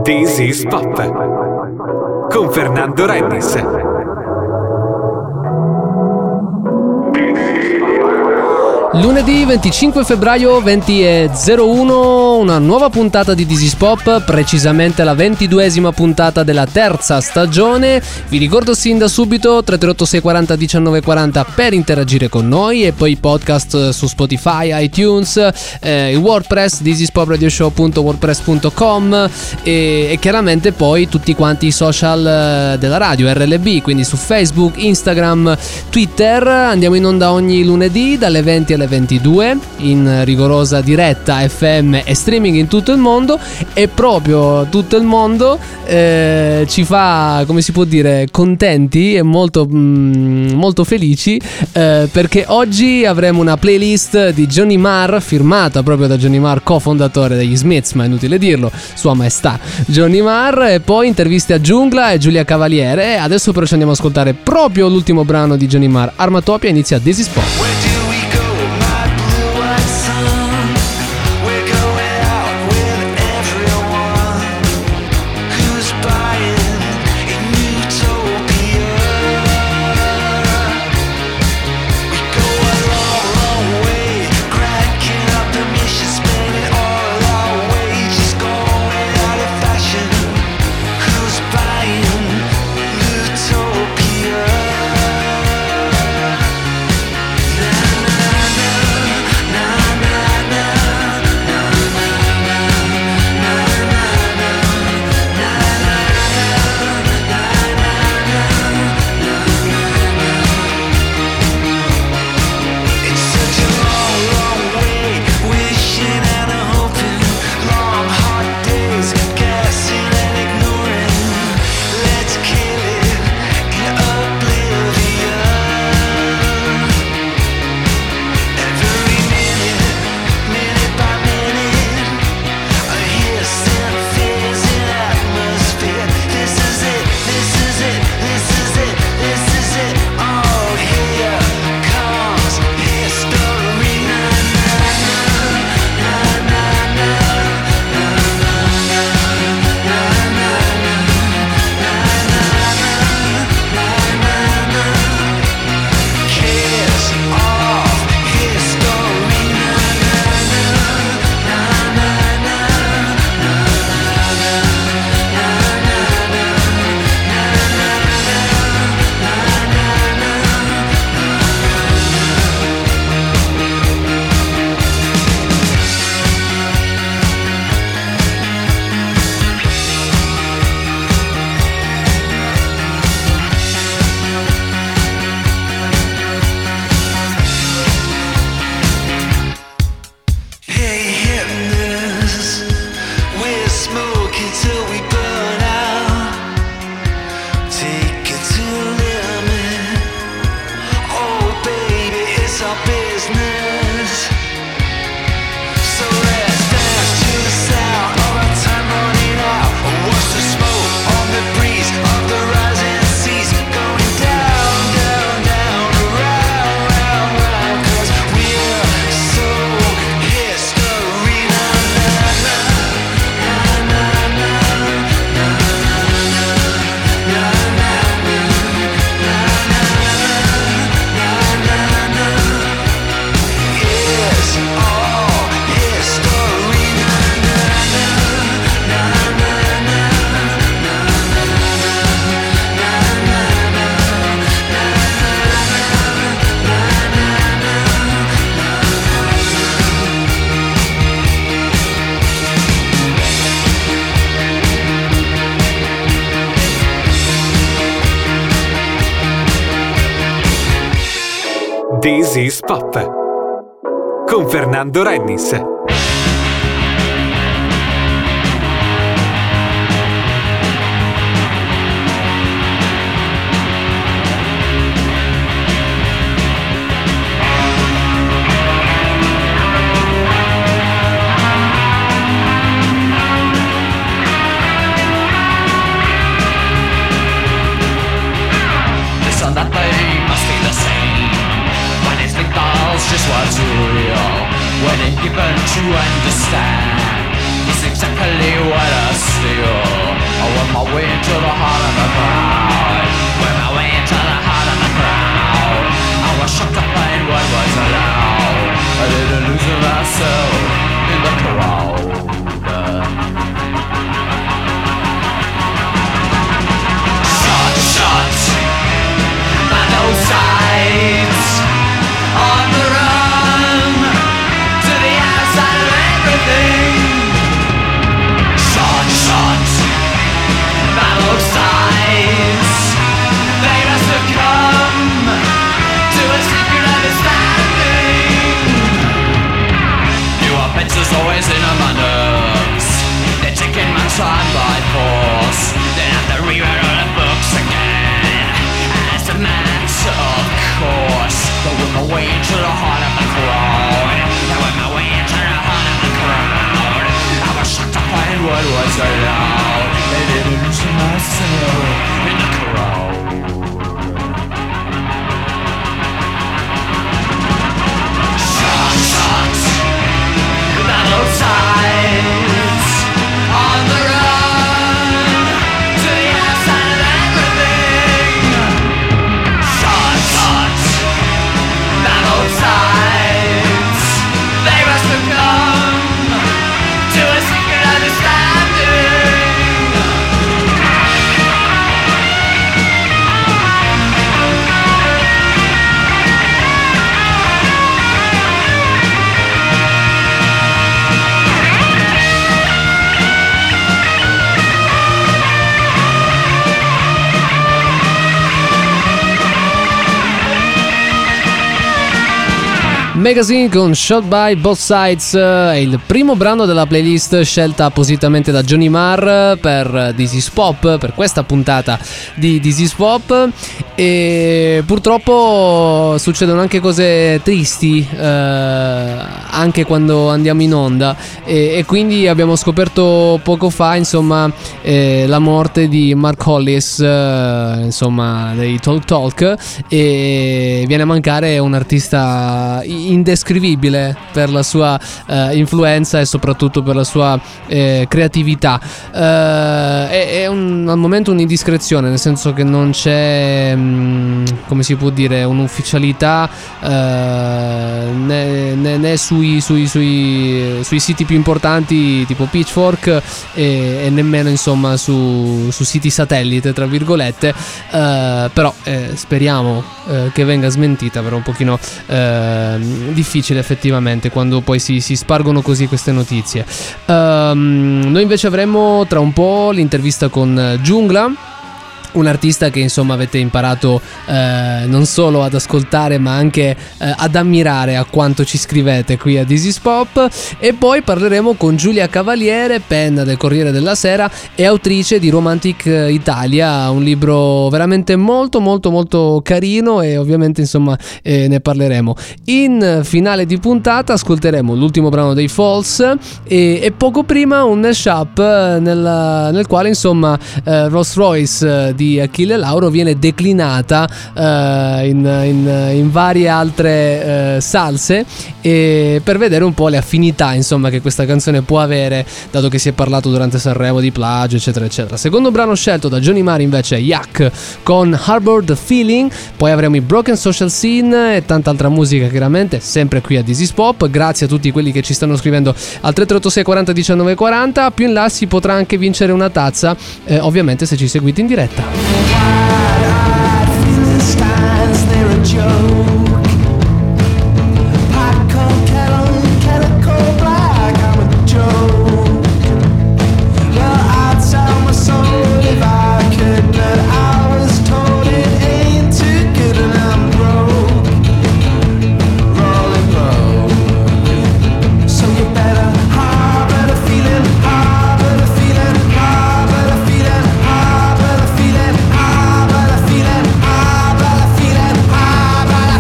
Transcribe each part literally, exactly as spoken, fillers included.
This is Pop con Fernando Rennis. Lunedì venticinque febbraio venti e zero uno, una nuova puntata di This is Pop, precisamente la ventiduesima puntata della terza stagione. Vi ricordo sin da subito tre tre otto sei quattro zero diciannove quaranta per interagire con noi, e poi podcast su Spotify, iTunes, eh, il WordPress this is pop radio show punto wordpress punto com e, e chiaramente poi tutti quanti i social della radio R L B, quindi su Facebook, Instagram, Twitter. Andiamo in onda ogni lunedì dalle venti alle ventidue in rigorosa diretta F M e streaming in tutto il mondo, e proprio tutto il mondo eh, ci fa, come si può dire, contenti e molto mm, molto felici eh, perché oggi avremo una playlist di Johnny Marr, firmata proprio da Johnny Marr, cofondatore degli Smiths, ma è inutile dirlo, Sua Maestà Johnny Marr, e poi interviste a Giungla e Giulia Cavaliere. E adesso però ci andiamo ad ascoltare proprio l'ultimo brano di Johnny Marr, Armatopia. Inizia This is Pop. This is Pop con Fernando Rennis. What's real when it given to understand is exactly what I feel. way into the heart of the crowd. I worked my way into the heart of the crowd. I was shocked to find what was allowed. I didn't lose myself in the crowd. Shots, shots, battle tides on the run to the outside of everything. Shots, shots, battle tides, they must become to a secret understanding. Magazine con Shot by Both Sides è il primo brano della playlist scelta appositamente da Johnny Marr per This Is Pop, per questa puntata di This Is Pop. E purtroppo succedono anche cose tristi eh, anche quando andiamo in onda, e, e quindi abbiamo scoperto poco fa insomma eh, la morte di Mark Hollis, eh, insomma dei Talk Talk, e viene a mancare un artista indescrivibile per la sua eh, influenza e soprattutto per la sua eh, creatività. Eh, è, è un, al momento un'indiscrezione, nel senso che non c'è mh, come si può dire un'ufficialità eh, né, né, né sui, sui, sui, sui siti più importanti tipo Pitchfork e, e nemmeno insomma su, su siti satellite tra virgolette, eh, però eh, speriamo eh, che venga smentita, però un pochino eh, difficile effettivamente quando poi si, si spargono così queste notizie. Um, noi invece avremo tra un po' l'intervista con Giungla, un artista che insomma avete imparato eh, non solo ad ascoltare ma anche eh, ad ammirare a quanto ci scrivete qui a This Is Pop. E poi parleremo con Giulia Cavaliere, penna del Corriere della Sera e autrice di Romantic Italia, un libro veramente molto molto molto carino, e ovviamente insomma eh, ne parleremo. In finale di puntata ascolteremo l'ultimo brano dei Falls e, e poco prima un mashup nel, nel quale insomma eh, Rolls Royce di Achille Lauro viene declinata eh, in, in, in varie altre eh, salse, e per vedere un po' le affinità insomma che questa canzone può avere, dato che si è parlato durante Sanremo di plagio eccetera eccetera. Secondo brano scelto da Johnny Marr invece è Yak con Harbor the Feeling, poi avremo i Broken Social Scene e tanta altra musica chiaramente sempre qui a This Is Pop. Grazie a tutti quelli che ci stanno scrivendo al tre tre otto sei quaranta diciannove quaranta. Più in là si potrà anche vincere una tazza, eh, ovviamente se ci seguite in diretta. Wide-eyed Philistines, they're a joke. Hot cold kettle, kettle cold black, I'm a joke. Well, I'd sell my soul if I could, but I was told it ain't too good and I'm broke, rolling broke. So you better harbor the feeling, harbor the feeling, harbor the feeling, harbor the feeling, harbor the feeling, harbor the feeling, harbor the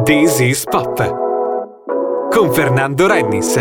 This is Pop con Fernando Rennis.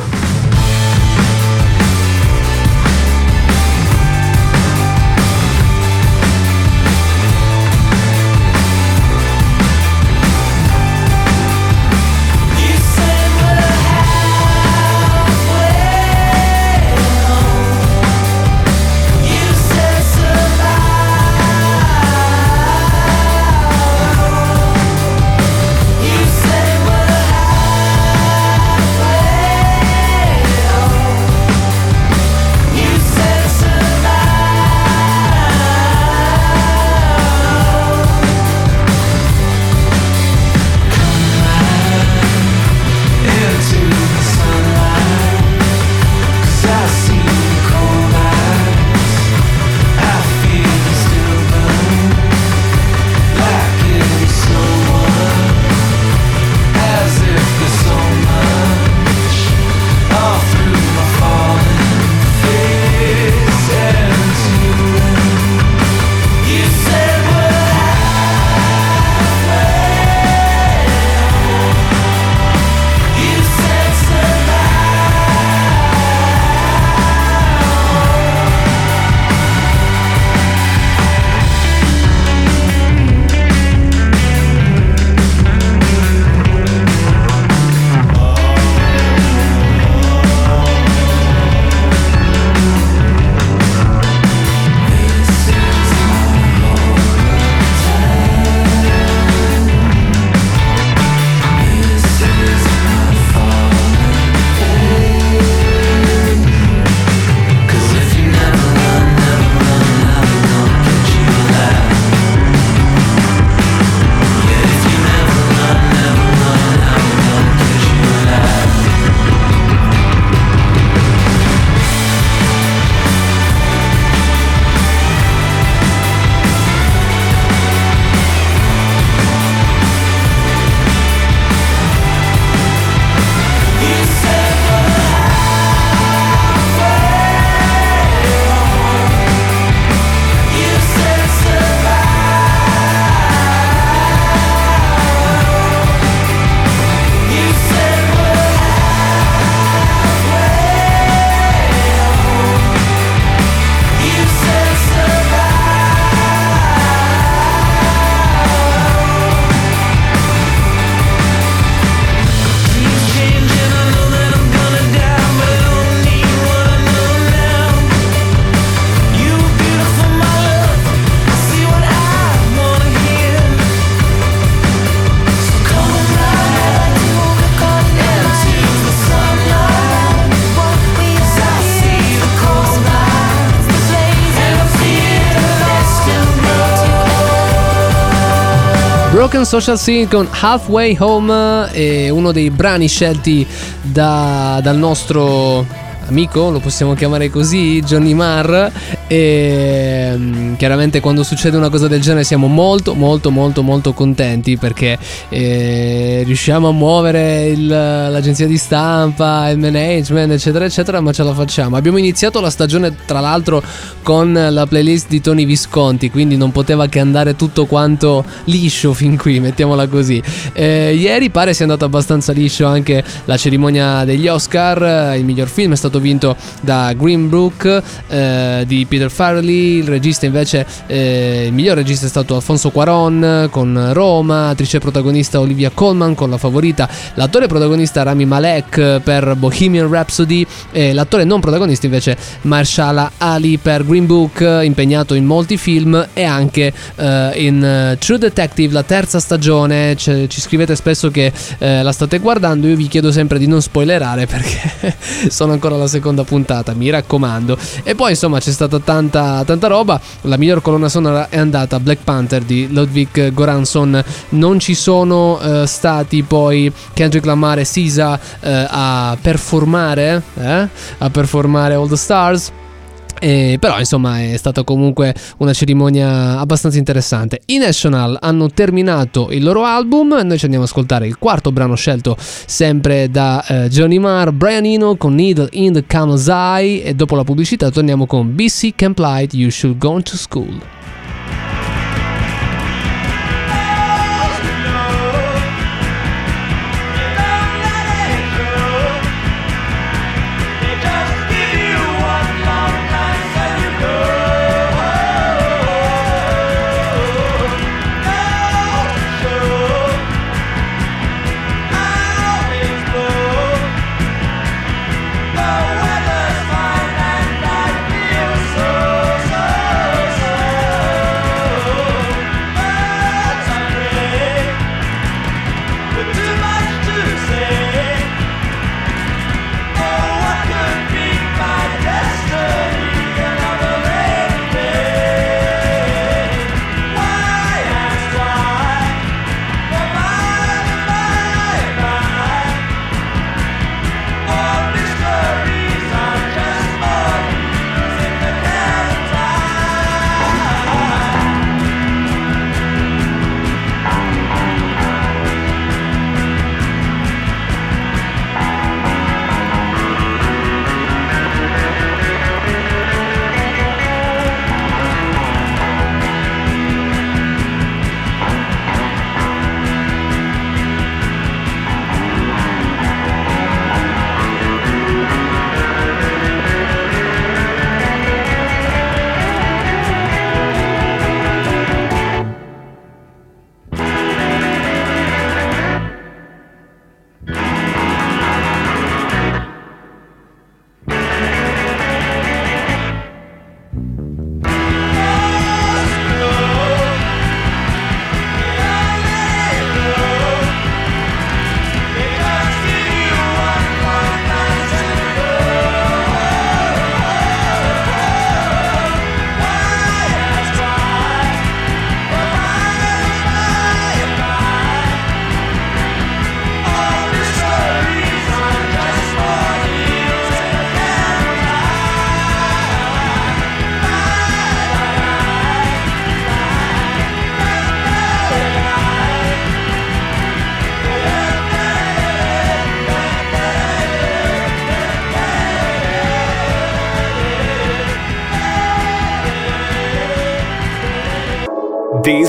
Broken Social Scene con Halfway Home è uno dei brani scelti da, dal nostro amico, lo possiamo chiamare così, Johnny Marr. E chiaramente quando succede una cosa del genere siamo molto molto molto molto contenti, perché eh, riusciamo a muovere il, l'agenzia di stampa, il management eccetera eccetera, ma ce la facciamo. Abbiamo iniziato la stagione tra l'altro con la playlist di Tony Visconti, quindi non poteva che andare tutto quanto liscio fin qui, mettiamola così. Eh, ieri pare sia andato abbastanza liscio anche la cerimonia degli Oscar. Il miglior film è stato vinto da Green Book eh, di Peter Farrelly. Il regista invece, eh, il miglior regista è stato Alfonso Cuarón con Roma, attrice protagonista Olivia Colman con La Favorita, l'attore protagonista Rami Malek per Bohemian Rhapsody e l'attore non protagonista invece Mahershala Ali per Green Book, impegnato in molti film e anche eh, in True Detective, la terza stagione. C- ci scrivete spesso che eh, la state guardando, io vi chiedo sempre di non spoilerare perché sono ancora alla seconda puntata, mi raccomando. E poi insomma c'è stata tanta tanta roba. La miglior colonna sonora è andata a Black Panther di Ludwig Göransson. Non ci sono eh, stati poi Kendrick Lamar e S Z A eh, a performare eh? a performare All the Stars. Eh, però insomma è stata comunque una cerimonia abbastanza interessante. I National hanno terminato il loro album, noi ci andiamo ad ascoltare il quarto brano scelto sempre da eh, Johnny Marr, Brian Eno con Needle in the Camel's Eye, e dopo la pubblicità torniamo con B C Camp Light, You Should Go to School.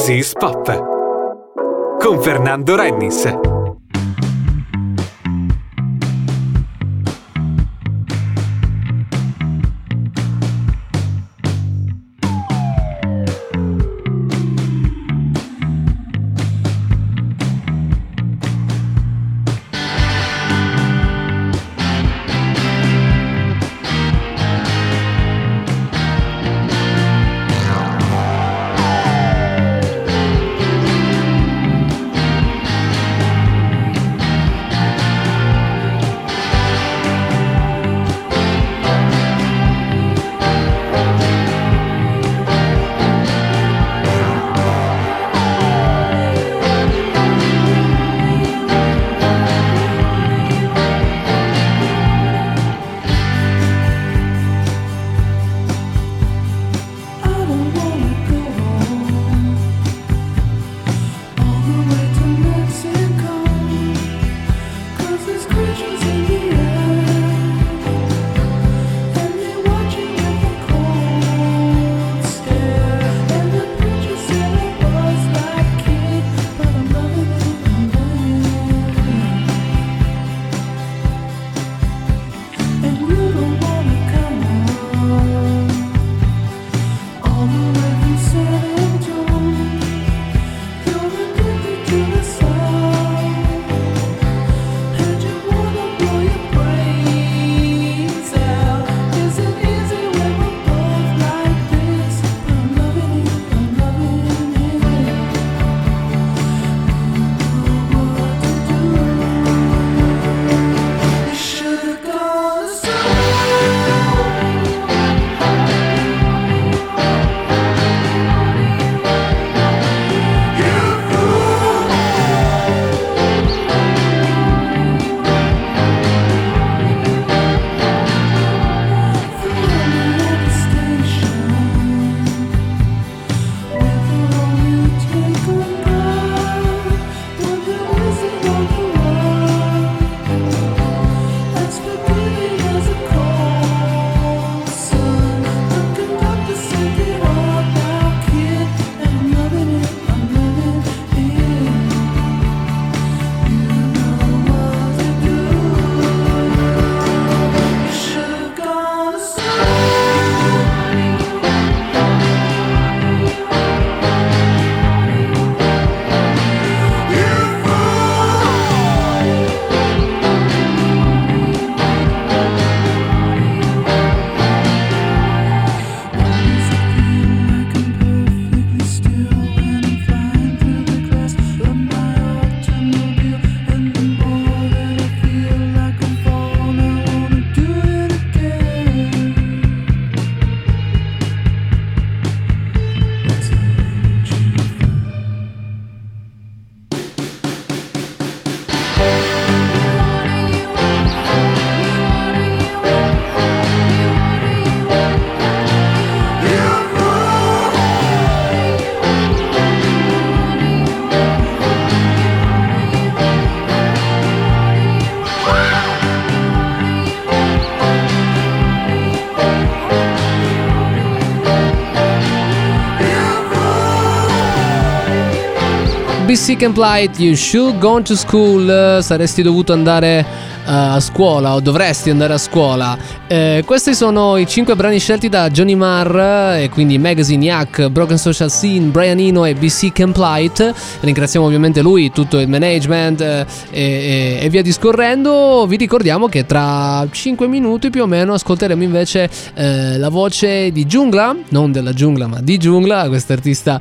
This is Pop con Fernando Rennis. B C Camp Light, You Should Go to School. Saresti dovuto andare uh, a scuola, o dovresti andare a scuola. Eh, questi sono i cinque brani scelti da Johnny Marr, e quindi Magazine, Yak, Broken Social Scene, Brian Eno e B C Camp Light. Ringraziamo ovviamente lui, tutto il management eh, e, e via discorrendo. Vi ricordiamo che tra cinque minuti più o meno ascolteremo invece eh, la voce di Giungla, non della giungla ma di Giungla, quest'artista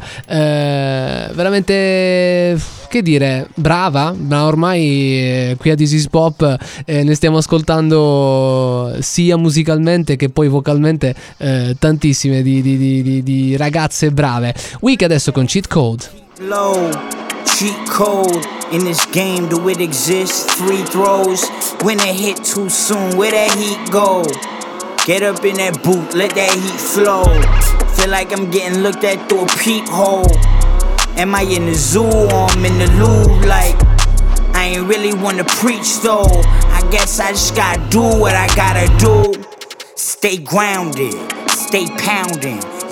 eh, veramente, che dire, brava, ma ormai eh, qui a This Is Pop eh, ne stiamo ascoltando sia musicalmente che poi vocalmente eh, tantissime di, di, di, di ragazze brave. Week adesso con Cheat Code. Low, cheat code in this game, do it exist? Free throws, when it hit too soon, where that heat go? Get up in that boot, let that heat flow. Feel like I'm getting looked at through a peephole. Am I in the zoo or I'm in the loo? Like, I ain't really wanna preach though. I guess I just gotta do what I gotta do. Stay grounded, stay pounding.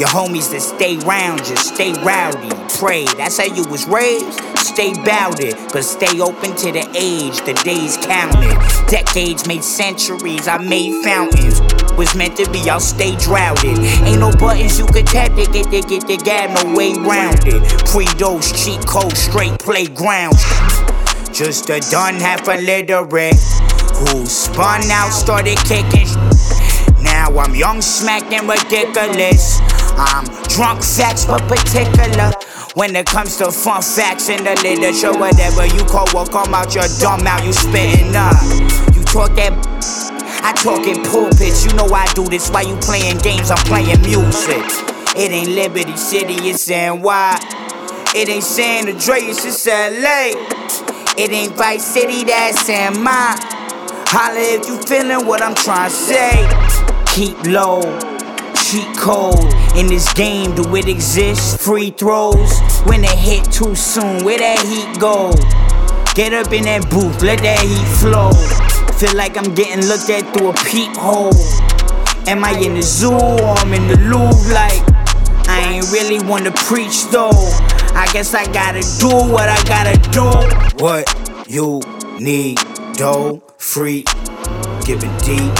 Your homies that stay round you, stay rowdy, pray. That's how you was raised. Stay bout it, but stay open to the age. The days counted, decades made centuries. I made fountains. Was meant to be, I'll stay droughted. Ain't no buttons you could tap to get to get the gab, no way round it. Pre-dose, cheat code, straight playground. Just a done half illiterate who spun out, started kicking. Now I'm young, smacked and ridiculous. I'm drunk facts, but particular when it comes to fun facts in the literature. Whatever you call what come out your dumb mouth, you spitting up. You talk that, I talk in pulpits. You know I do this while you playing games, I'm playing music. It ain't Liberty City, it's N Y. It ain't San Andreas, it's L A. It ain't Vice City, that's San Ma. Holla if you feeling what I'm trying to say. Keep low, cheat code in this game, do it exist? Free throws, when it hit too soon, where that heat go? Get up in that booth, let that heat flow. Feel like I'm getting looked at through a peephole. Am I in the zoo or I'm in the Louvre? Like, I ain't really wanna preach though. I guess I gotta do what I gotta do. What you need, dough, free, giving deep.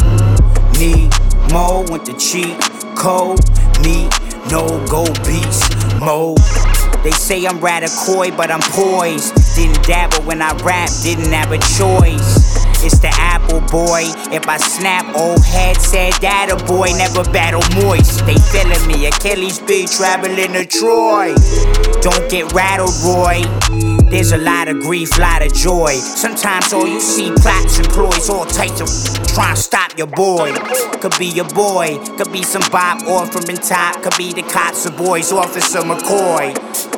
Need more, want the cheat code. Me, no go beast mode. They say I'm rather coy, but I'm poised. Didn't dabble when I rap, didn't have a choice. It's the Apple boy. If I snap, old head said that a boy never battle moist. They feeling me, Achilles big traveling to Troy. Don't get rattled, Roy. There's a lot of grief, lot of joy. Sometimes all you see plots employs all types of trying to stop your boy. Could be your boy, could be some Bob Orphan top, could be the cops or boys, Officer McCoy.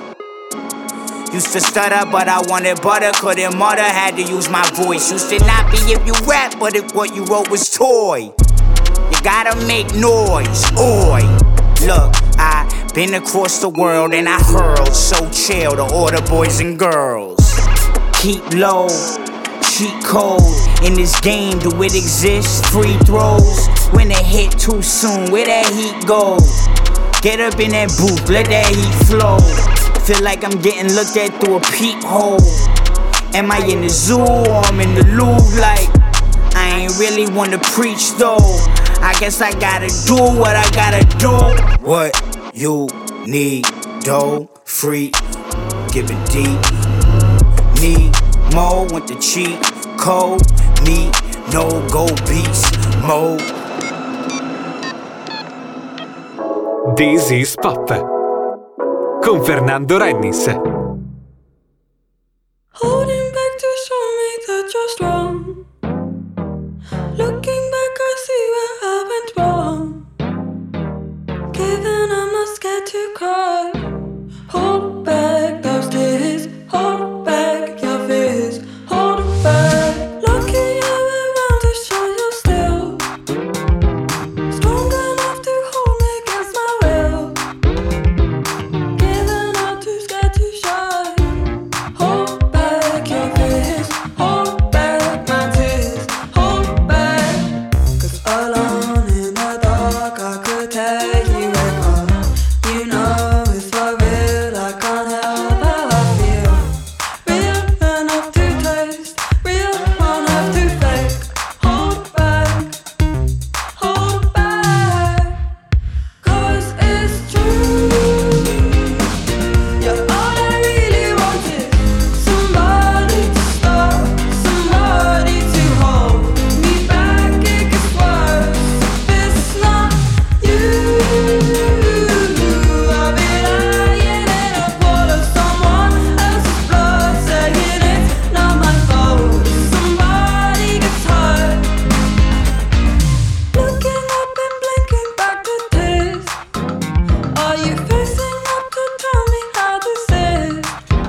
Used to stutter, but I wanted butter. Couldn't mutter, had to use my voice. Used to not be if you rap, but if what you wrote was toy. You gotta make noise, oi. Look, I been across the world and I hurled. So chill to all the boys and girls. Keep low, cheat code in this game, do it exist? Free throws, when it hit too soon, where that heat go? Get up in that booth, let that heat flow. Feel like I'm getting looked at through a peephole. Am I in the zoo or I'm in the Louvre? Like, I ain't really wanna preach though. I guess I gotta do what I gotta do. What you need, dough, free, giving deep. Need more, want the cheat code. Me, no go beast mode. This is Pop con Fernando Rennis. Holding back to show me that you're strong. Looking back, I see where I went wrong. Given I'm not scared to cry. Hold back those tears. Hold back your fears. Hold back. Lucky you're around to show you're still strong enough to hold me against my will. Given I'm too scared to show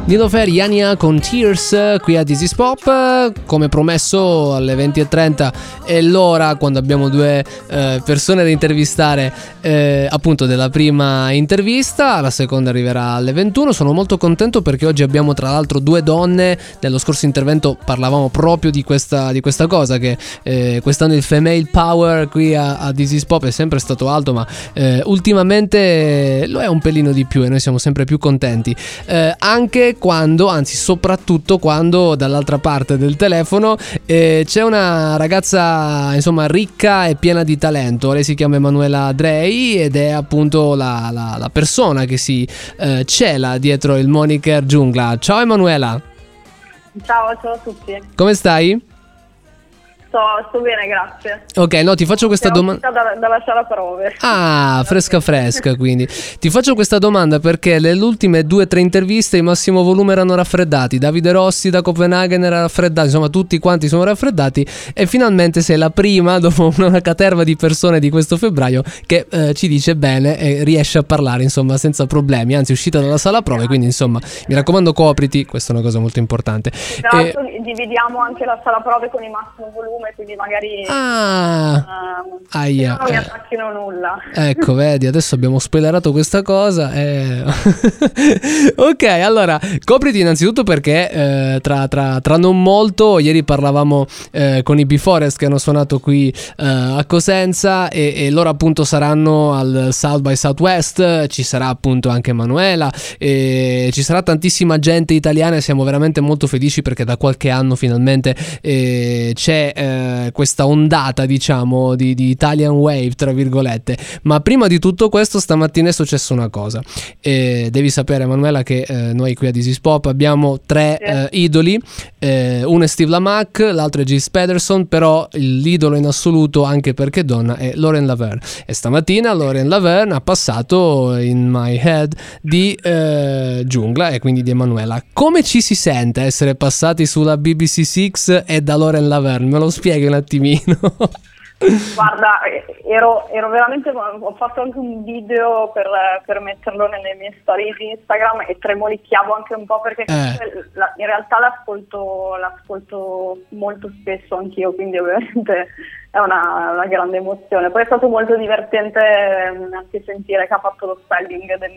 Nilofer Yania con Tears qui a This Is Pop. Come promesso alle venti e trenta è l'ora quando abbiamo due eh, persone da intervistare, eh, appunto della prima intervista. La seconda arriverà alle ventuno. Sono molto contento perché oggi abbiamo tra l'altro due donne. Nello scorso intervento parlavamo proprio di questa, di questa cosa, che eh, quest'anno il female power qui a, a This Is Pop è sempre stato alto, ma eh, ultimamente lo è un pelino di più e noi siamo sempre più contenti, eh, anche quando, anzi soprattutto quando dall'altra parte del telefono eh, c'è una ragazza insomma ricca e piena di talento. Lei si chiama Emanuela Drei ed è appunto la, la, la persona che si eh, cela dietro il moniker Giungla. Ciao Emanuela. Ciao, ciao a tutti. Come stai? Sto, sto bene, grazie. Ok, no, ti faccio questa domanda. Da, dalla sala prove. Ah, fresca fresca, quindi. Ti faccio questa domanda perché nelle ultime due o tre interviste i massimo volume erano raffreddati. Davide Rossi da Copenaghen era raffreddato, insomma tutti quanti sono raffreddati e finalmente sei la prima, dopo una caterva di persone di questo febbraio, che eh, ci dice bene e riesce a parlare, insomma, senza problemi. Anzi, è uscita dalla sala prove, quindi insomma, mi raccomando, copriti, questa è una cosa molto importante. Tra l'altro e... dividiamo anche la sala prove con il massimo volume, quindi magari ah, uh, aia, non mi eh. attacchino nulla. Ecco, vedi, adesso abbiamo spoilerato questa cosa e... Ok, allora copriti innanzitutto perché eh, tra, tra, tra non molto, ieri parlavamo eh, con i B-Forest che hanno suonato qui eh, a Cosenza e, e loro appunto saranno al South by Southwest. Ci sarà appunto anche Emanuela e ci sarà tantissima gente italiana e siamo veramente molto felici perché da qualche anno finalmente eh, c'è eh, questa ondata, diciamo, di, di Italian Wave, tra virgolette. Ma prima di tutto questo, stamattina è successa una cosa. Eh, devi sapere, Emanuela, che eh, noi qui a This Is Pop abbiamo tre eh, idoli. Eh, uno è Steve Lamacq, l'altro è Gilles Peterson, però l'idolo in assoluto, anche perché donna, è Lauren Laverne. E stamattina Lauren Laverne ha passato In My Head di eh, Giungla e quindi di Emanuela. Come ci si sente essere passati sulla B B C Six e da Lauren Laverne? Me lo spieghi un attimino? Guarda, ero, ero veramente, ho fatto anche un video per, per metterlo nelle mie storie di Instagram e tremolicchiavo anche un po' perché eh. la, in realtà l'ascolto, l'ascolto molto spesso anch'io, quindi ovviamente è una, una grande emozione. Poi è stato molto divertente anche sentire che ha fatto lo spelling del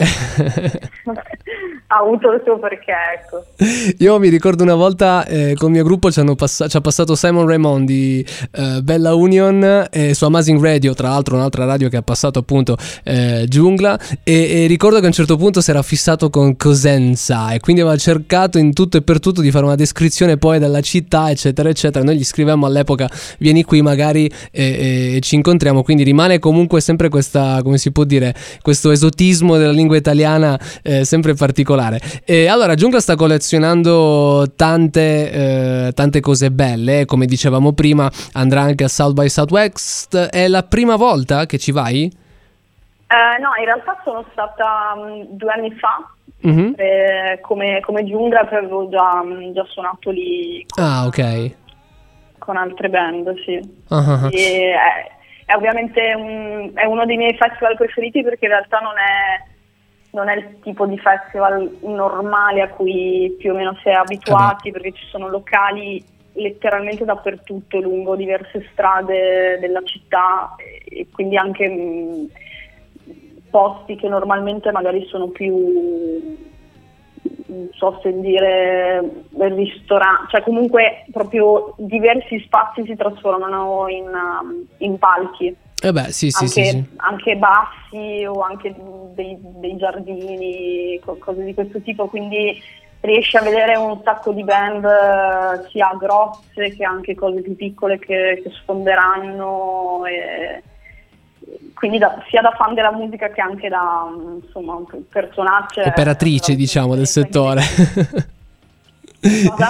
nome. Ha avuto il suo perché, ecco. Io mi ricordo una volta eh, col mio gruppo ci, hanno pass- ci ha passato Simon Raymond di eh, Bella Union eh, su Amazing Radio, tra l'altro un'altra radio che ha passato appunto eh, Giungla e, e ricordo che a un certo punto si era fissato con Cosenza e quindi aveva cercato in tutto e per tutto di fare una descrizione poi della città eccetera eccetera. Noi gli scrivemmo all'epoca vieni qui magari e, e ci incontriamo, quindi rimane comunque sempre questa, come si può dire, questo esotismo della lingua italiana eh, sempre particolare. E allora Giungla sta collezionando tante eh, tante cose belle, come dicevamo prima andrà anche a South by Southwest. È la prima volta che ci vai? Eh, no, in realtà sono stata um, due anni fa. Mm-hmm. eh, come, come Giungla avevo già, già suonato lì con, ah ok con altre band, sì. Uh-huh. E è, è ovviamente un, è uno dei miei festival preferiti perché in realtà non è non è il tipo di festival normale a cui più o meno si è abituati, uh-huh. perché ci sono locali letteralmente dappertutto lungo diverse strade della città e quindi anche mh, posti che normalmente magari sono più, non so se dire, ristorante, cioè comunque proprio diversi spazi si trasformano in, um, in palchi. Eh beh, sì, sì, anche, sì, sì. anche bassi o anche dei, dei giardini, cose di questo tipo, quindi riesci a vedere un sacco di band sia grosse che anche cose più piccole che, che sfonderanno e quindi da, sia da fan della musica che anche da insomma un personaggio operatrice diciamo del settore. Cosa?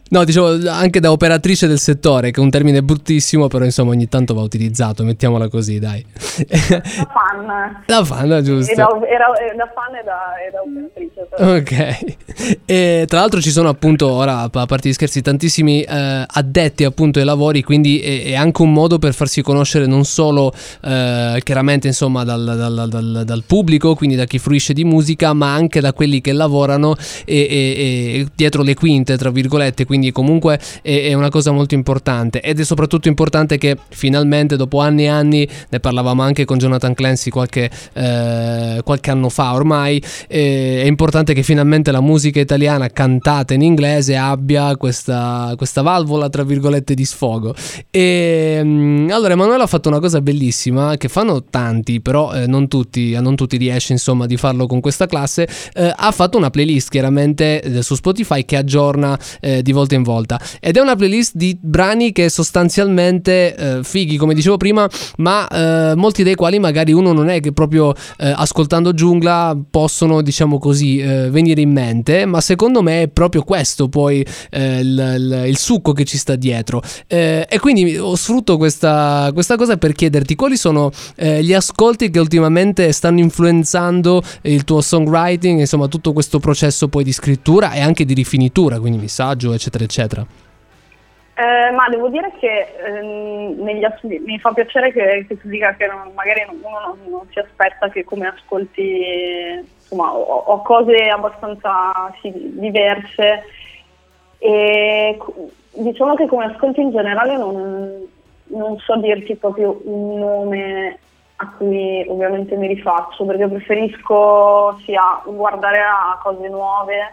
No, dicevo anche da operatrice del settore, che è un termine bruttissimo, però insomma ogni tanto va utilizzato, mettiamola così, dai. Da fan. Da fan, giusto. E da, era, da fan e da, e da operatrice. Però. Ok. E tra l'altro ci sono appunto ora, a parte gli scherzi, tantissimi eh, addetti appunto ai lavori, quindi è, è anche un modo per farsi conoscere non solo eh, chiaramente insomma dal, dal, dal, dal pubblico, quindi da chi fruisce di musica, ma anche da quelli che lavorano e, e, e dietro le quinte, tra virgolette, quindi comunque è, è una cosa molto importante, ed è soprattutto importante che finalmente dopo anni e anni, ne parlavamo anche con Jonathan Clancy qualche, eh, qualche anno fa ormai, eh, è importante che finalmente la musica italiana cantata in inglese abbia questa, questa valvola tra virgolette di sfogo. E allora Emanuele ha fatto una cosa bellissima che fanno tanti, però eh, non tutti, a non tutti riesce insomma di farlo con questa classe. Eh, ha fatto una playlist chiaramente eh, su Spotify che aggiorna eh, di volta in volta, ed è una playlist di brani che sostanzialmente eh, fighi, come dicevo prima, ma eh, molti dei quali magari uno non è che proprio eh, ascoltando Giungla possono, diciamo così, eh, venire in mente, ma secondo me è proprio questo poi eh, il, il, il succo che ci sta dietro. Eh, e quindi ho sfrutto questa, questa cosa per chiederti quali sono eh, gli ascolti che ultimamente stanno influenzando il tuo songwriting, insomma tutto questo processo poi di scrittura e anche di rifinitura, quindi missaggio eccetera eccetera. Eh, ma devo dire che ehm, negli ass- mi fa piacere che, che tu dica che non, magari uno non, non si aspetta che come ascolti, insomma, ho, ho cose abbastanza sì, diverse, e diciamo che come ascolti in generale non, non so dirti proprio un nome a cui ovviamente mi rifaccio, perché preferisco sia guardare a cose nuove.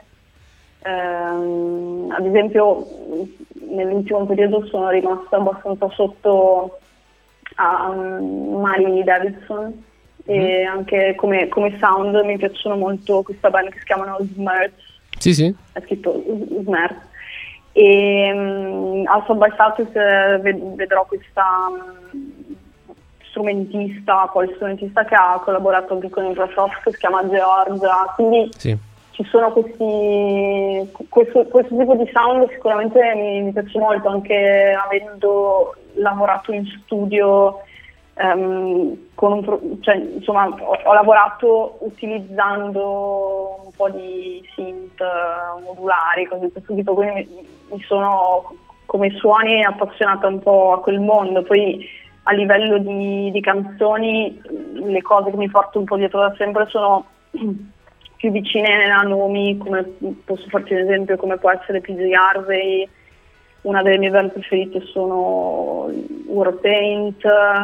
Um, ad esempio nell'ultimo periodo sono rimasta abbastanza sotto a um, Mari Davidson, mm. e anche come, come sound mi piacciono molto questa band che si chiamano Smerz. Sì, sì. È scritto Smerz. E um, al South by Southwest eh, ved- vedrò questa um, strumentista, poi strumentista che ha collaborato anche con Microsoft, che si chiama Georgia, quindi sì. Ci sono questi, questo, questo tipo di sound sicuramente mi, mi piace molto, anche avendo lavorato in studio, um, con un pro, cioè, insomma, ho, ho lavorato utilizzando un po' di synth modulari, cose di questo tipo, quindi mi, mi sono come suoni appassionata un po' a quel mondo. Poi a livello di, di canzoni, le cose che mi porto un po' dietro da sempre sono più vicine a nomi, come posso farti un esempio, come può essere P J Harvey. Una delle mie band preferite sono Warpaint.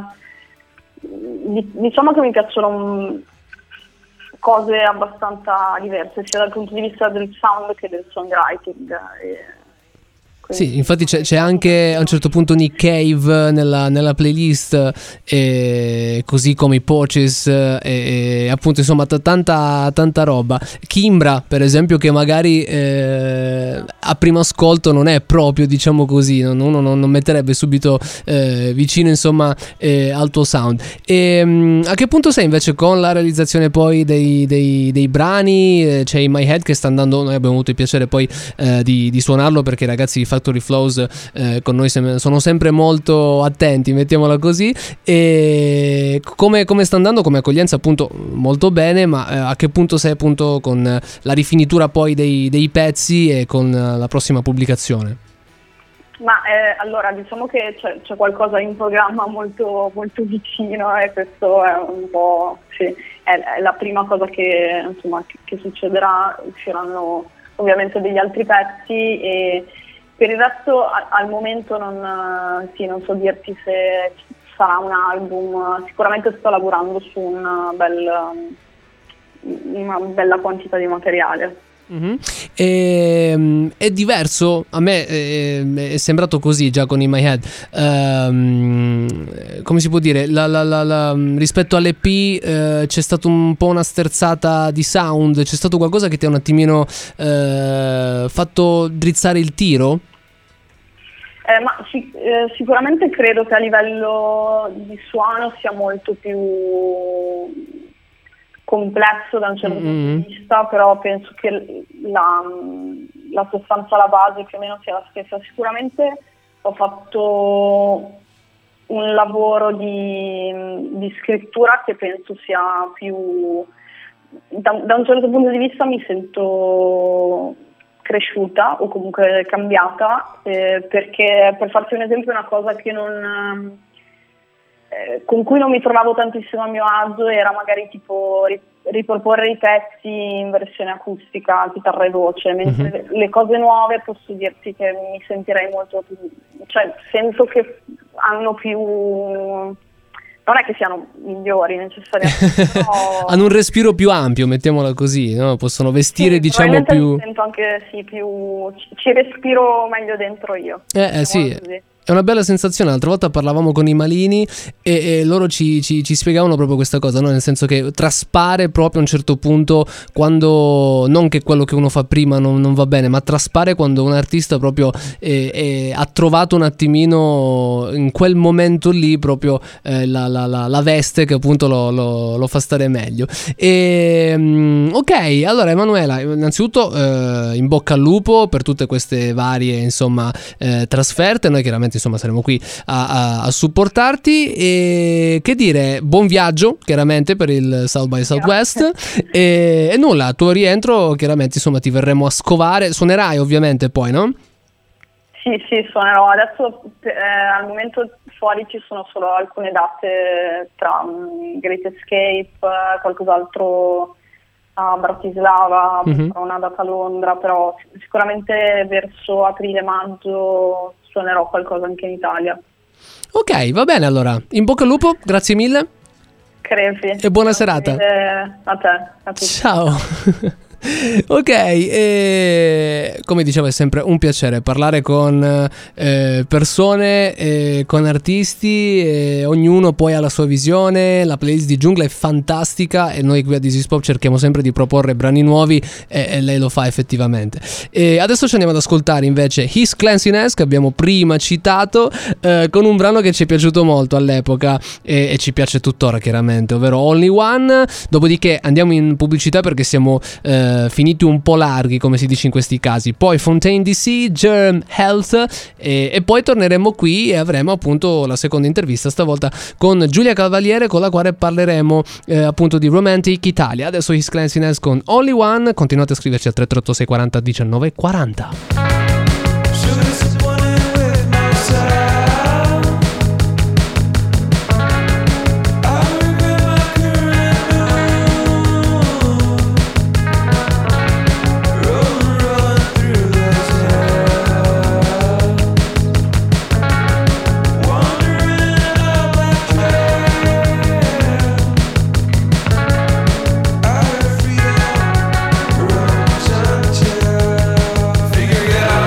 Diciamo che mi piacciono cose abbastanza diverse, sia dal punto di vista del sound che del songwriting. E sì, infatti c'è, c'è anche a un certo punto Nick Cave nella, nella playlist, e così come i Poches, e, e appunto insomma t- tanta, tanta roba. Kimbra per esempio, che magari eh, a primo ascolto non è proprio, diciamo così, non, uno non, non metterebbe subito eh, vicino insomma eh, al tuo sound. E mh, a che punto sei invece con la realizzazione poi dei, dei, dei brani? Eh, c'è In My Head che sta andando, noi abbiamo avuto il piacere poi eh, di, di suonarlo, perché i ragazzi di Factory Flows eh, con noi sem- sono sempre molto attenti, mettiamola così. E come, come sta andando come accoglienza? Appunto molto bene, ma eh, a che punto sei appunto con la rifinitura poi dei, dei pezzi e con la prossima pubblicazione? Ma eh, allora diciamo che c'è, c'è qualcosa in programma molto, molto vicino, e questo è un po' sì, è, è la prima cosa che insomma che, che succederà. Usciranno ovviamente degli altri pezzi, e per il resto a, al momento non, sì, non so dirti se sarà un album. Sicuramente sto lavorando su una, bel, una bella quantità di materiale. Mm-hmm. E, è diverso a me, è, è sembrato così già con In My Head, um, come si può dire, la, la, la, la, rispetto all'E P uh, c'è stato un po' una sterzata di sound, c'è stato qualcosa che ti ha un attimino uh, fatto drizzare il tiro? Eh, ma sic- eh, sicuramente credo che a livello di suono sia molto più complesso da un certo mm-hmm. punto di vista, però penso che la, la sostanza, la base più o meno sia la stessa. Sicuramente ho fatto un lavoro di, di scrittura che penso sia più, da, da un certo punto di vista mi sento cresciuta o comunque cambiata, eh, perché per farti un esempio una cosa che non eh, con cui non mi trovavo tantissimo a mio agio era magari tipo ri- riproporre i pezzi in versione acustica, chitarra e voce, mentre Mhm. le cose nuove posso dirti che mi sentirei molto più, cioè sento che hanno più, non è che siano migliori necessariamente, però Hanno un respiro più ampio, mettiamola così, no? Possono vestire, sì, diciamo, probabilmente più... mi sento anche sì, più ci, ci respiro meglio dentro io. Eh, eh, sì, Diciamo così. è una bella sensazione. L'altra volta parlavamo con i Malini e, e loro ci, ci, ci spiegavano proprio questa cosa, no? Nel senso che traspare proprio a un certo punto quando, non che quello che uno fa prima non, non va bene, ma traspare quando un artista proprio eh, eh, ha trovato un attimino in quel momento lì proprio eh, la, la, la, la veste che appunto lo, lo, lo fa stare meglio. E, mm, ok, allora Emanuela, innanzitutto eh, in bocca al lupo per tutte queste varie insomma eh, trasferte. Noi chiaramente insomma saremo qui a, a, a supportarti e che dire, buon viaggio chiaramente per il South by Southwest e, e nulla, a tuo rientro chiaramente insomma ti verremo a scovare, suonerai ovviamente poi, no? Sì, sì, suonerò. Adesso eh, al momento fuori ci sono solo alcune date tra um, Great Escape, eh, qualcos'altro a Bratislava, Mhm. una data a Londra, però sicuramente verso aprile-maggio suonerò qualcosa anche in Italia. Ok, va bene, allora in bocca al lupo, grazie mille. Crepi. E buona serata. Grazie a te, a tutti. Ciao. Ok, e come dicevo è sempre un piacere parlare con eh, persone, eh, con artisti, e ognuno poi ha la sua visione. La playlist di Giungla è fantastica e noi qui a This Is Pop cerchiamo sempre di proporre brani nuovi e, e lei lo fa effettivamente. E adesso ci andiamo ad ascoltare invece His Cleanliness, che abbiamo prima citato, eh, con un brano che ci è piaciuto molto all'epoca e, e ci piace tuttora chiaramente, ovvero Only One. Dopodiché andiamo in pubblicità perché siamo eh, finiti un po' larghi, come si dice in questi casi. Poi Fontaine D C, Germ Health e, e poi torneremo qui e avremo appunto la seconda intervista, stavolta con Giulia Cavaliere, con la quale parleremo eh, appunto di Romantic Italia. Adesso His Cleanliness con Only One. Continuate a scriverci a tre tre otto sei quaranta diciannove quaranta. Figure it out.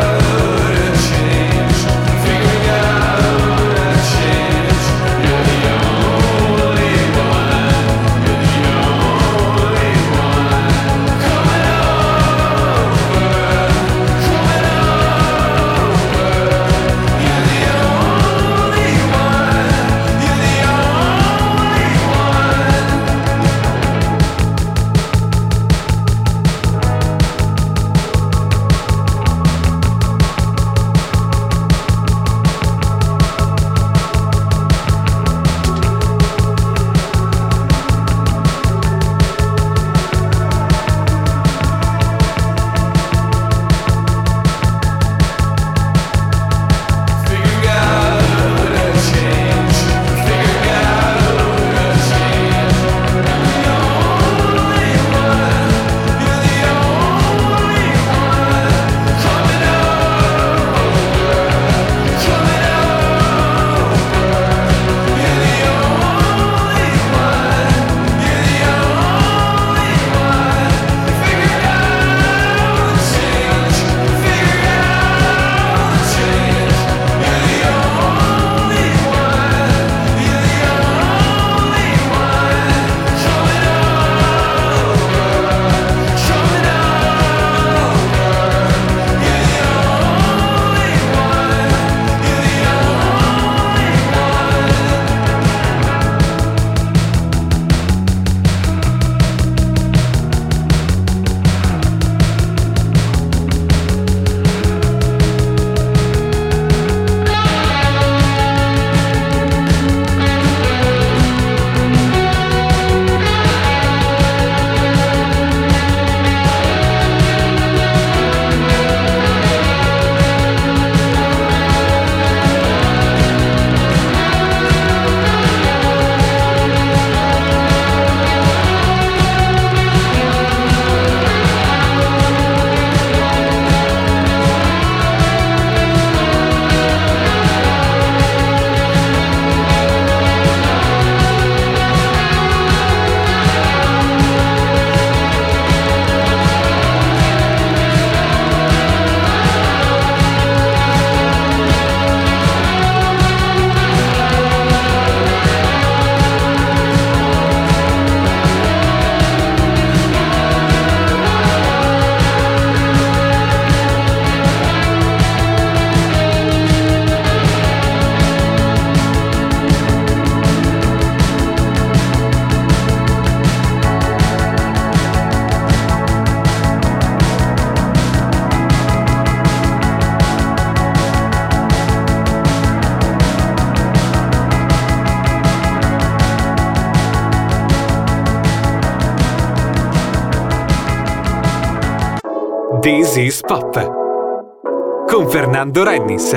This is Pop con Fernando Rennis.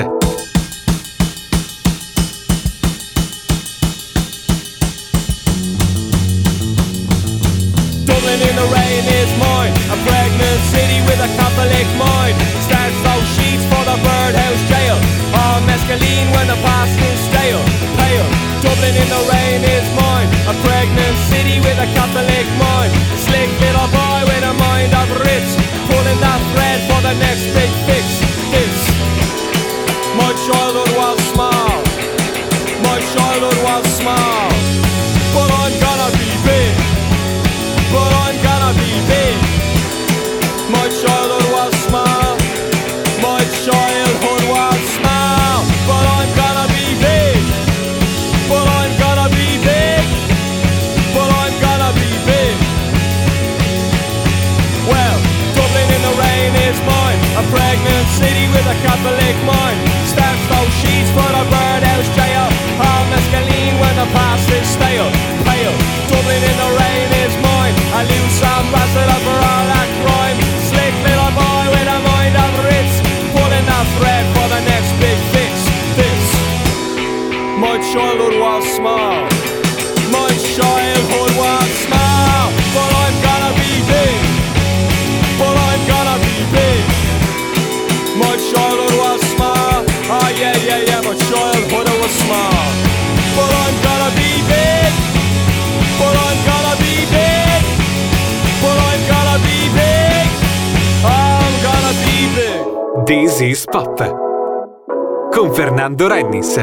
Dublin in the rain is mine, a pregnant city with a Catholic mind. Starts those sheets for the birdhouse jail. All mescaline when the past is stale, pale. Dublin in the rain is mine, a pregnant city with a Catholic mind. Slick little boy with a mind of rich, pulling that thread for the next big fix. This, my childhood was small, my childhood was small, but I'm gonna be big. But I'm gonna be big. My childhood was small. My childhood was small. But I'm gonna be big. But I'm gonna be big. But I'm gonna be big. Well, Dublin in the rain is mine. A pregnant city with a Catholic mind. Starts those sheets for the birdhouse jail. All mescaline when the past is stale, pale. Dublin in the rain is mine. A loose ambassador for all that crime. Slick little boy with a mind of Ritz, pulling that thread for the next big fix. This, my childhood was small. My childhood was small. But I'm gonna be big. But I'm gonna be big. My childhood was small. Oh yeah, yeah, yeah, my childhood was small. But I'm gonna be big. But I'm gonna be big. But I'm gonna be big. I'm gonna be big. This is Pop con Fernando Rennis.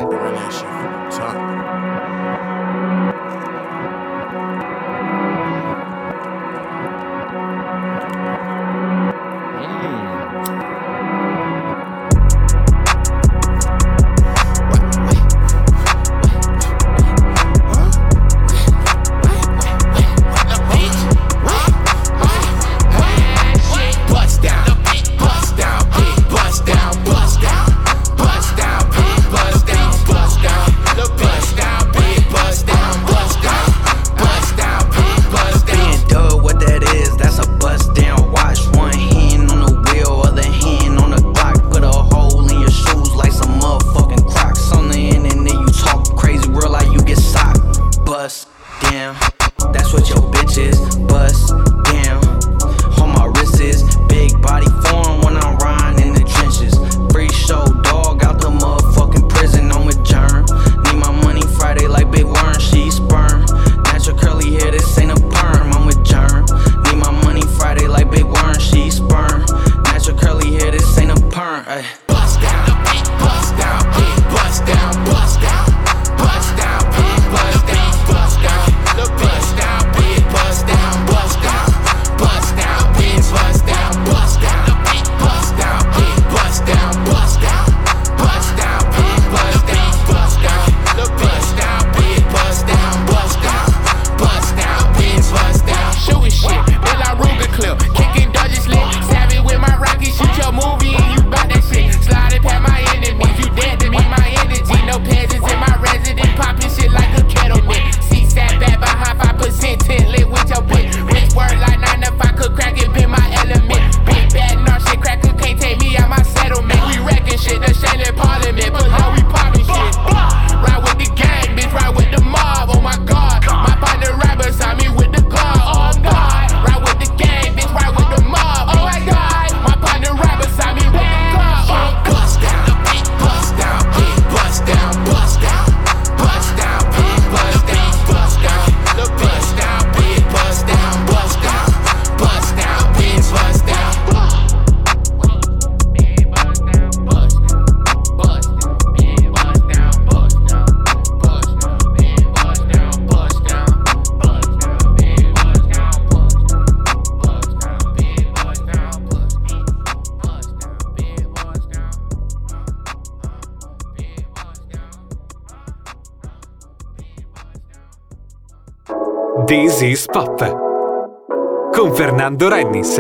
This is Pop con Fernando Rennis.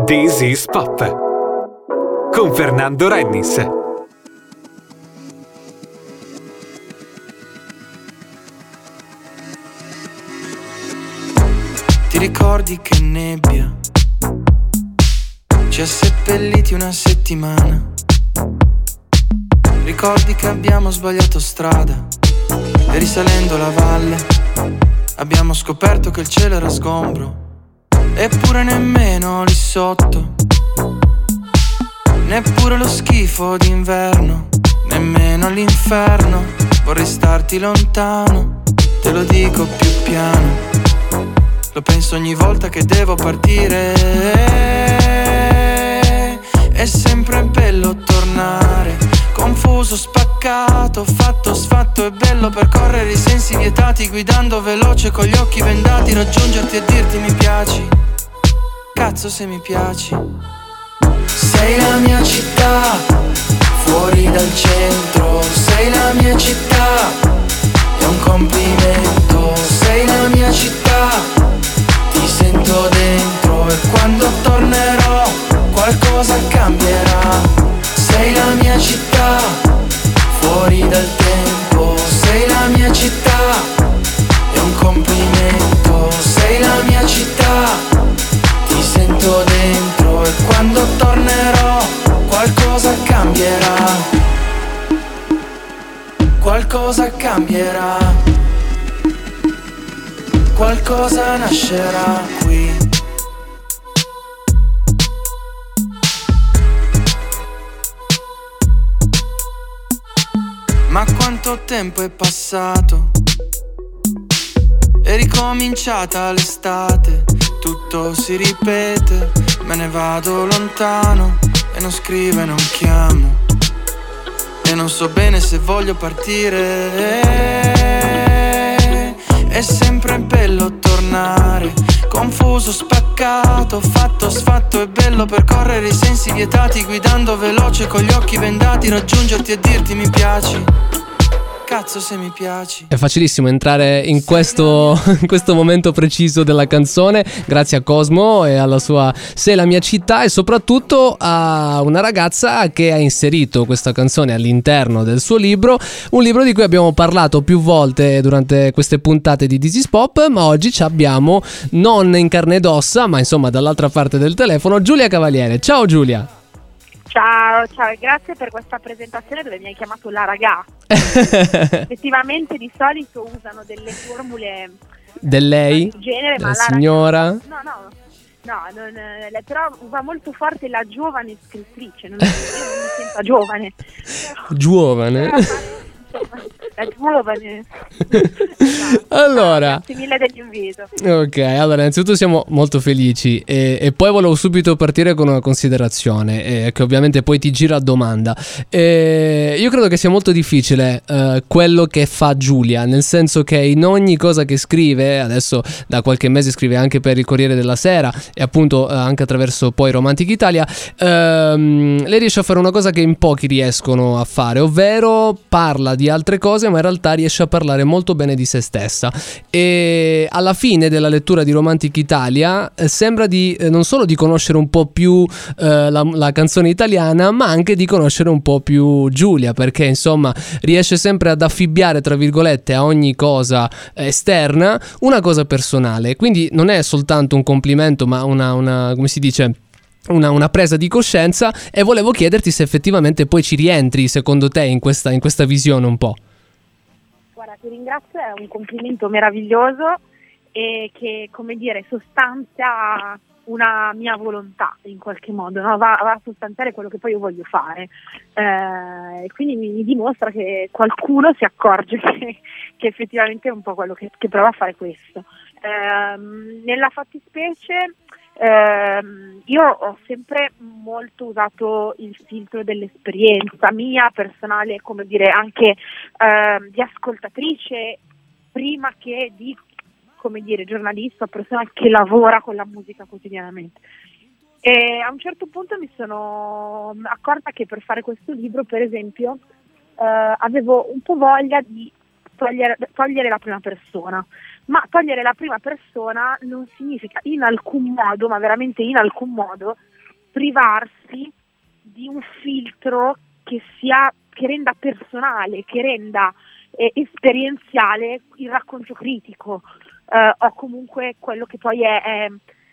This is Pop con Fernando Rennis. Ti ricordi che nebbia ci ha seppelliti una settimana? Ricordi che abbiamo sbagliato strada e risalendo la valle abbiamo scoperto che il cielo era sgombro. Eppure nemmeno lì sotto, neppure lo schifo d'inverno, nemmeno l'inferno. Vorrei starti lontano, te lo dico più piano. Lo penso ogni volta che devo partire. È sempre bello tornare, confuso, spaccato, fatto, sfatto. È bello percorrere i sensi vietati, guidando veloce con gli occhi vendati, raggiungerti e dirti mi piaci. Cazzo se mi piaci. Sei la mia città, fuori dal centro. Sei la mia città, è un complimento. Sei la mia città, ti sento dentro. E quando tornerò qualcosa cambierà. Sei la mia città, fuori dal tempo. Sei la mia città, è un complimento. Sei la mia città, ti sento dentro. E quando tornerò qualcosa cambierà. Qualcosa cambierà. Qualcosa nascerà qui. Ma quanto tempo è passato? È ricominciata l'estate, tutto si ripete. Me ne vado lontano e non scrivo e non chiamo. E non so bene se voglio partire. È sempre bello tornare, confuso, spaccato, fatto, sfatto. È bello percorrere i sensi vietati, guidando veloce con gli occhi vendati, raggiungerti e dirti mi piaci. Cazzo se mi piaci. È facilissimo entrare in questo, in questo momento preciso della canzone, grazie a Cosmo e alla sua Sei la mia città, e soprattutto a una ragazza che ha inserito questa canzone all'interno del suo libro, un libro di cui abbiamo parlato più volte durante queste puntate di This is Pop, ma oggi ci abbiamo non in carne ed ossa, ma insomma dall'altra parte del telefono, Giulia Cavaliere. Ciao Giulia. Ciao, ciao e grazie per questa presentazione dove mi hai chiamato la ragà. Effettivamente di solito usano delle formule del lei, di genere, la ma la signora. Ragà, no, no, no, non, eh, però va molto forte la giovane scrittrice, non, io non mi sento giovane. Giovane? La giovane. Allora, grazie mille dell'invito. Ok, allora innanzitutto siamo molto felici e, e poi volevo subito partire con una considerazione eh, che ovviamente poi ti gira a domanda. Eh, io credo che sia molto difficile eh, quello che fa Giulia, nel senso che in ogni cosa che scrive, adesso da qualche mese scrive anche per il Corriere della Sera e appunto eh, anche attraverso poi Romantic Italia, ehm, lei riesce a fare una cosa che in pochi riescono a fare, ovvero parla di altre cose ma in realtà riesce a parlare molto bene di se stessa. E alla fine della lettura di Romantic Italia eh, sembra di eh, non solo di conoscere un po' più eh, la, la canzone italiana, ma anche di conoscere un po' più Giulia, perché insomma riesce sempre ad affibbiare tra virgolette a ogni cosa esterna una cosa personale, quindi non è soltanto un complimento ma una, una come si dice Una, una presa di coscienza. E volevo chiederti se effettivamente poi ci rientri secondo te in questa, in questa visione un po'. Guarda, ti ringrazio, è un complimento meraviglioso e che, come dire, sostanzia una mia volontà in qualche modo, no? va, va a sostanziare quello che poi io voglio fare, e eh, quindi mi, mi dimostra che qualcuno si accorge che, che effettivamente è un po' quello che, che prova a fare questo. Eh, nella fattispecie Eh, io ho sempre molto usato il filtro dell'esperienza mia personale, come dire, anche eh, di ascoltatrice prima che di, come dire, giornalista, persona che lavora con la musica quotidianamente. E a un certo punto mi sono accorta che per fare questo libro, per esempio, eh, avevo un po' voglia di togliere, togliere la prima persona. Ma togliere la prima persona non significa in alcun modo, ma veramente in alcun modo, privarsi di un filtro che sia che renda personale, che renda eh, esperienziale il racconto critico, eh, o comunque quello che poi è, è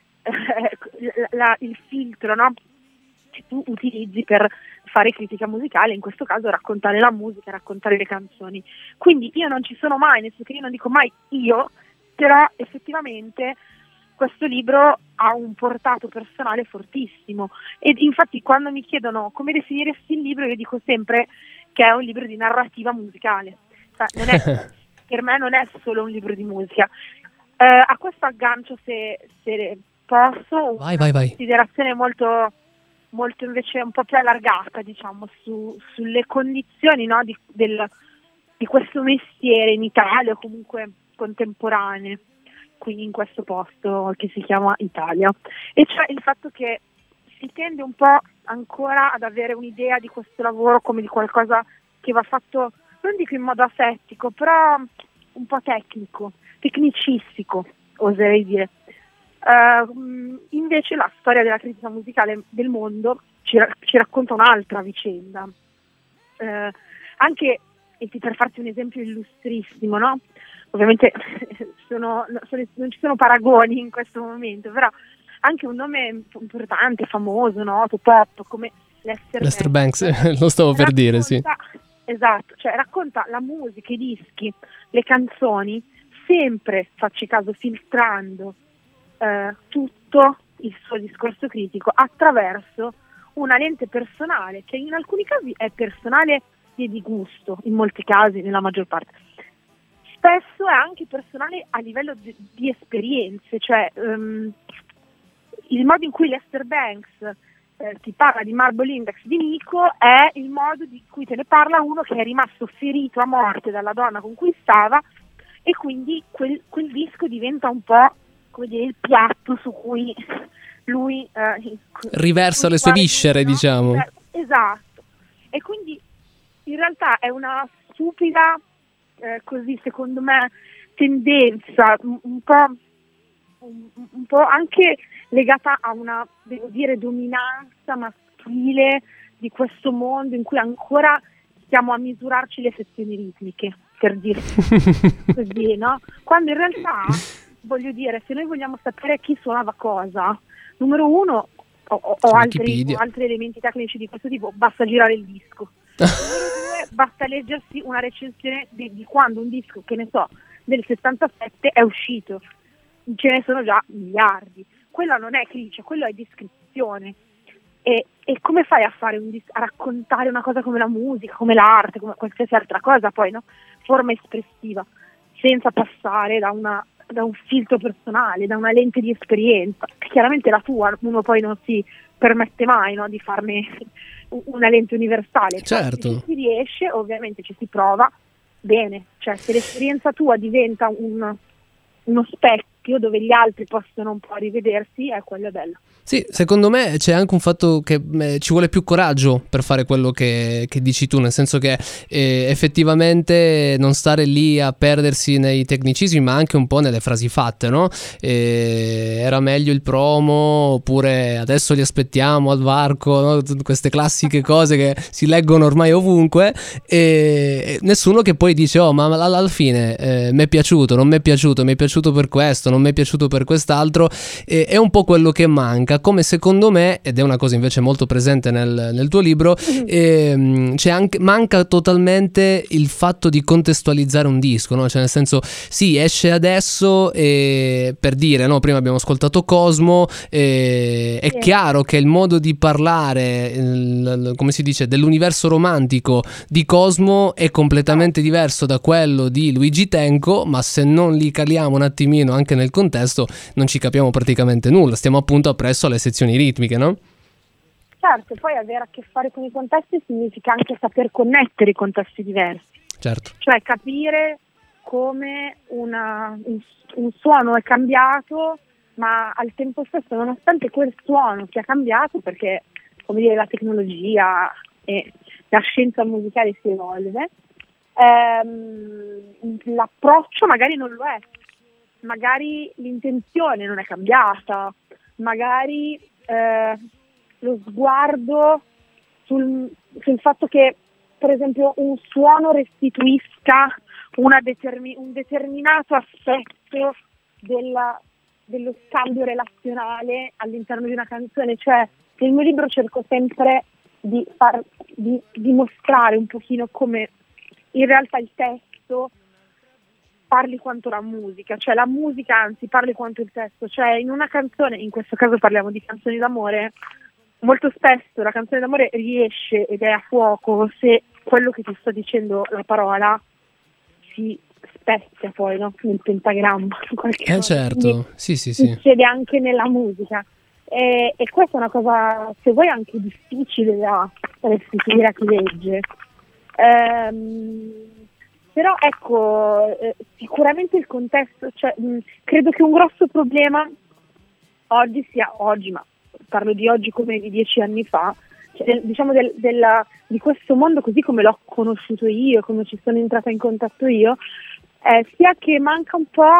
eh, la, il filtro, no? Che tu utilizzi per fare critica musicale, in questo caso raccontare la musica, raccontare le canzoni. Quindi io non ci sono mai, nel senso che io non dico mai io, però effettivamente questo libro ha un portato personale fortissimo, ed infatti quando mi chiedono come definiresti il libro io dico sempre che è un libro di narrativa musicale, cioè, non è, per me non è solo un libro di musica. Eh, a questo aggancio, se, se posso, Vai, vai, vai. considerazione molto, molto invece un po' più allargata, diciamo, su, sulle condizioni, no, di, del, di questo mestiere in Italia o comunque contemporanee, qui in questo posto che si chiama Italia, e cioè il fatto che si tende un po' ancora ad avere un'idea di questo lavoro come di qualcosa che va fatto, non dico in modo asettico, però un po' tecnico, tecnicistico, oserei dire. Uh, invece la storia della critica musicale del mondo ci, ci racconta un'altra vicenda. Uh, anche, e per farti un esempio illustrissimo, no? Ovviamente sono, sono, non ci sono paragoni in questo momento, però anche un nome importante, famoso, noto, pop, come Lester, Lester Banks, Banks lo stavo per dire, sì. Esatto, cioè racconta la musica, i dischi, le canzoni, sempre, facci caso, filtrando eh, tutto il suo discorso critico attraverso una lente personale, che in alcuni casi è personale e di gusto, in molti casi, nella maggior parte. Spesso è anche personale a livello di, di esperienze, cioè um, il modo in cui Lester Banks eh, ti parla di Marble Index di Nico è il modo di cui te ne parla uno che è rimasto ferito a morte dalla donna con cui stava, e quindi quel, quel disco diventa un po', come dire, il piatto su cui lui eh, riversa le sue viscere, no? Diciamo. Eh, esatto. E quindi in realtà è una stupida Eh, così secondo me tendenza un, un po' un, un po' anche legata a una, devo dire, dominanza maschile di questo mondo in cui ancora stiamo a misurarci le sezioni ritmiche, per dire così, no? Quando in realtà, voglio dire, se noi vogliamo sapere chi suonava cosa, numero uno o, o, o altri, o altri elementi tecnici di questo tipo, basta girare il disco. Basta leggersi una recensione di, di quando un disco, che ne so, del settantasette è uscito, ce ne sono già miliardi. Quello non è critica, quello è descrizione. E, e come fai a fare un dis- a raccontare una cosa come la musica, come l'arte, come qualsiasi altra cosa, poi, no? Forma espressiva, senza passare da una da un filtro personale, da una lente di esperienza, che chiaramente la tua uno poi non si permette mai, no, di farne una lente universale. Certo. Se ci si riesce, ovviamente ci si prova bene, cioè se l'esperienza tua diventa un, uno specchio dove gli altri possono un po' rivedersi, è quello è bello. Sì, secondo me c'è anche un fatto che eh, ci vuole più coraggio per fare quello che, che dici tu, nel senso che eh, effettivamente non stare lì a perdersi nei tecnicismi, ma anche un po' nelle frasi fatte, no? Eh, era meglio il promo, oppure adesso li aspettiamo al varco, no? Queste classiche cose che si leggono ormai ovunque, e nessuno che poi dice oh ma alla, alla fine eh, mi è piaciuto, non mi è piaciuto, mi è piaciuto per questo, non mi è piaciuto per quest'altro, e, è un po' quello che manca. Come secondo me, ed è una cosa invece molto presente nel, nel tuo libro, ehm, c'è anche, manca totalmente il fatto di contestualizzare un disco, no? Cioè nel senso, sì, esce adesso e, per dire, no? Prima abbiamo ascoltato Cosmo, e, è chiaro che il modo di parlare, il, come si dice, dell'universo romantico di Cosmo è completamente diverso da quello di Luigi Tenco, ma se non li caliamo un attimino anche nel contesto non ci capiamo praticamente nulla, stiamo appunto appresso alle sezioni ritmiche, no? Certo, poi avere a che fare con i contesti significa anche saper connettere i contesti diversi. Certo. Cioè capire come una, un, un suono è cambiato, ma al tempo stesso, nonostante quel suono sia cambiato, perché, come dire, la tecnologia e la scienza musicale si evolve, ehm, l'approccio magari non lo è, magari l'intenzione non è cambiata, magari eh, lo sguardo sul, sul fatto che, per esempio, un suono restituisca una determi- un determinato aspetto della, dello scambio relazionale all'interno di una canzone. Cioè, nel mio libro cerco sempre di far di, di mostrare un pochino come in realtà il testo parli quanto la musica, cioè la musica anzi parli quanto il testo. Cioè, in una canzone, in questo caso parliamo di canzoni d'amore, molto spesso la canzone d'amore riesce ed è a fuoco se quello che ti sta dicendo la parola si spezia poi, no? Nel pentagramma, in qualche Eh modo. certo, Quindi sì sì sì. succede anche nella musica. E, e questa è una cosa, se vuoi, anche difficile da restituire a chi legge. Ehm, però ecco, eh, sicuramente il contesto, cioè, mh, credo che un grosso problema oggi sia, oggi, ma parlo di oggi come di dieci anni fa, cioè, diciamo del, della, di questo mondo così come l'ho conosciuto io, come ci sono entrata in contatto io, eh, sia che manca un po'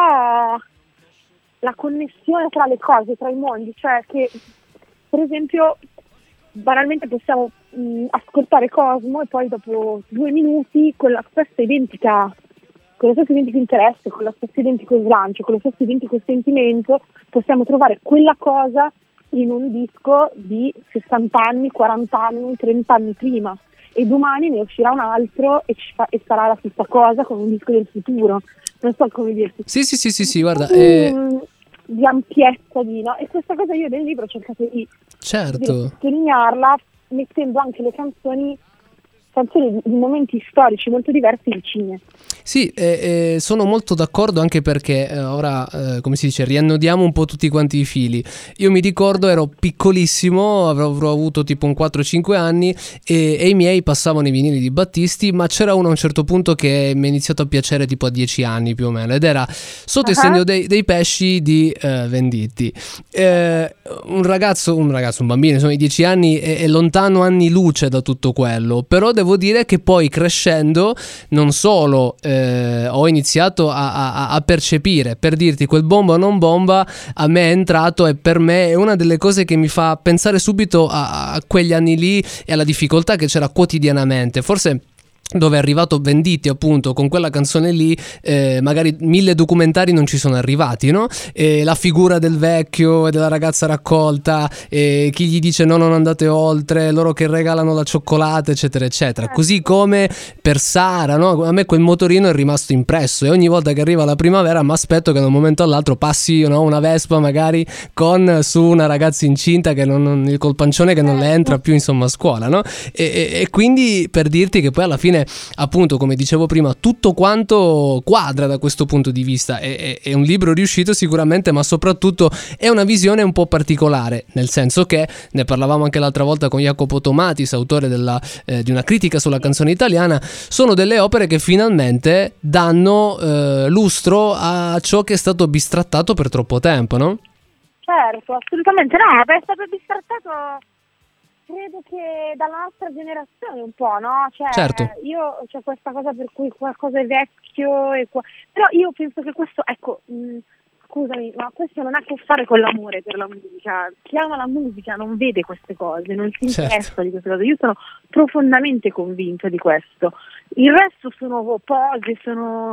la connessione tra le cose, tra i mondi. Cioè che, per esempio, banalmente possiamo mh, ascoltare Cosmo e poi dopo due minuti con la stessa identica, con lo stesso identico interesse, con lo stesso identico slancio, con lo stesso identico sentimento, possiamo trovare quella cosa in un disco di sessanta anni, quaranta anni, trenta anni prima, e domani ne uscirà un altro e, ci fa, e sarà la stessa cosa con un disco del futuro. Non so come dirti. Sì sì sì sì, sì guarda, eh... Mm, di ampiezza di, no? E questa cosa io nel libro ho cercato di, certo, di sottolinearla, mettendo anche le canzoni canzoni di, di momenti storici molto diversi vicine. Sì, eh, eh, sono molto d'accordo, anche perché eh, ora, eh, come si dice, riannodiamo un po' tutti quanti i fili. Io mi ricordo, ero piccolissimo, avrò, avrò avuto tipo un quattro cinque anni e, e i miei passavano i vinili di Battisti, ma c'era uno a un certo punto che mi è iniziato a piacere tipo a dieci anni più o meno, ed era Sotto il Uh-huh. segno dei, dei pesci di eh, Venditti. Eh, un ragazzo, un ragazzo, un bambino, insomma, i dieci anni è, è lontano anni luce da tutto quello, però devo dire che poi crescendo non solo eh, ho iniziato a, a, a percepire, per dirti, quel bomba o non bomba a me è entrato, e per me è una delle cose che mi fa pensare subito a, a quegli anni lì e alla difficoltà che c'era quotidianamente. Forse dove è arrivato Venditti, appunto, con quella canzone lì, eh, magari mille documentari non ci sono arrivati, no? E la figura del vecchio e della ragazza raccolta, e chi gli dice no, non andate oltre, loro che regalano la cioccolata, eccetera eccetera. Così come per Sara, no? A me quel motorino è rimasto impresso, e ogni volta che arriva la primavera mi aspetto che da un momento all'altro passi, no, una Vespa magari con su una ragazza incinta che non, non, col pancione che non le entra più, insomma, a scuola, no? E, e, e quindi, per dirti che poi alla fine, appunto, come dicevo prima, tutto quanto quadra da questo punto di vista. È, è, è un libro riuscito sicuramente, ma soprattutto è una visione un po' particolare, nel senso che, ne parlavamo anche l'altra volta con Jacopo Tomatis, autore della, eh, di una critica sulla canzone italiana, sono delle opere che finalmente danno eh, lustro a ciò che è stato bistrattato per troppo tempo, no? Certo, assolutamente. No, è stato bistrattato, credo che dalla nostra generazione un po', no? Cioè, certo. Io c'è questa cosa per cui qualcosa è vecchio e qua... però io penso che questo, ecco, mh, scusami, ma questo non ha a che fare con l'amore per la musica. Chi ama la musica non vede queste cose, non si interessa certo. di queste cose. Io sono profondamente convinta di questo. Il resto sono pose, sono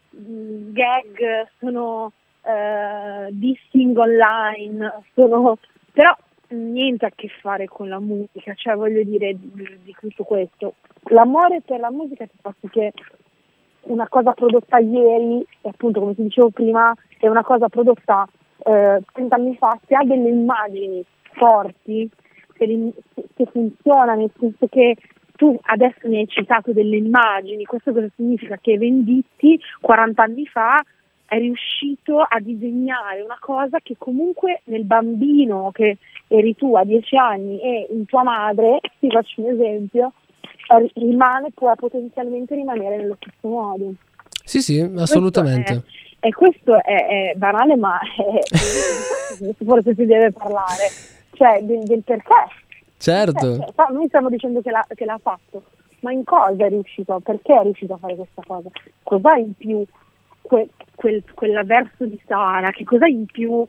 mh, gag, sono uh, dissing online, sono... però niente a che fare con la musica, cioè voglio dire di, di tutto questo. L'amore per la musica ti fa sì che una cosa prodotta ieri, e appunto come ti dicevo prima, è una cosa prodotta eh, trenta anni fa, se ha delle immagini forti, che, che funziona, nel senso che tu adesso mi hai citato delle immagini, questo cosa significa? Che Venditti quaranta anni fa è riuscito a disegnare una cosa che comunque nel bambino che eri tu a dieci anni e in tua madre, ti faccio un esempio, rimane, può potenzialmente rimanere nello stesso modo. Sì, sì, assolutamente. E questo è, è banale, ma è, forse si deve parlare, cioè del, del perché. Certo. Perché, cioè, noi stiamo dicendo che l'ha, che l'ha fatto, ma in cosa è riuscito? Perché è riuscito a fare questa cosa? Cos'ha in più? Que, quel, quella verso di Sara, che cos'ha in più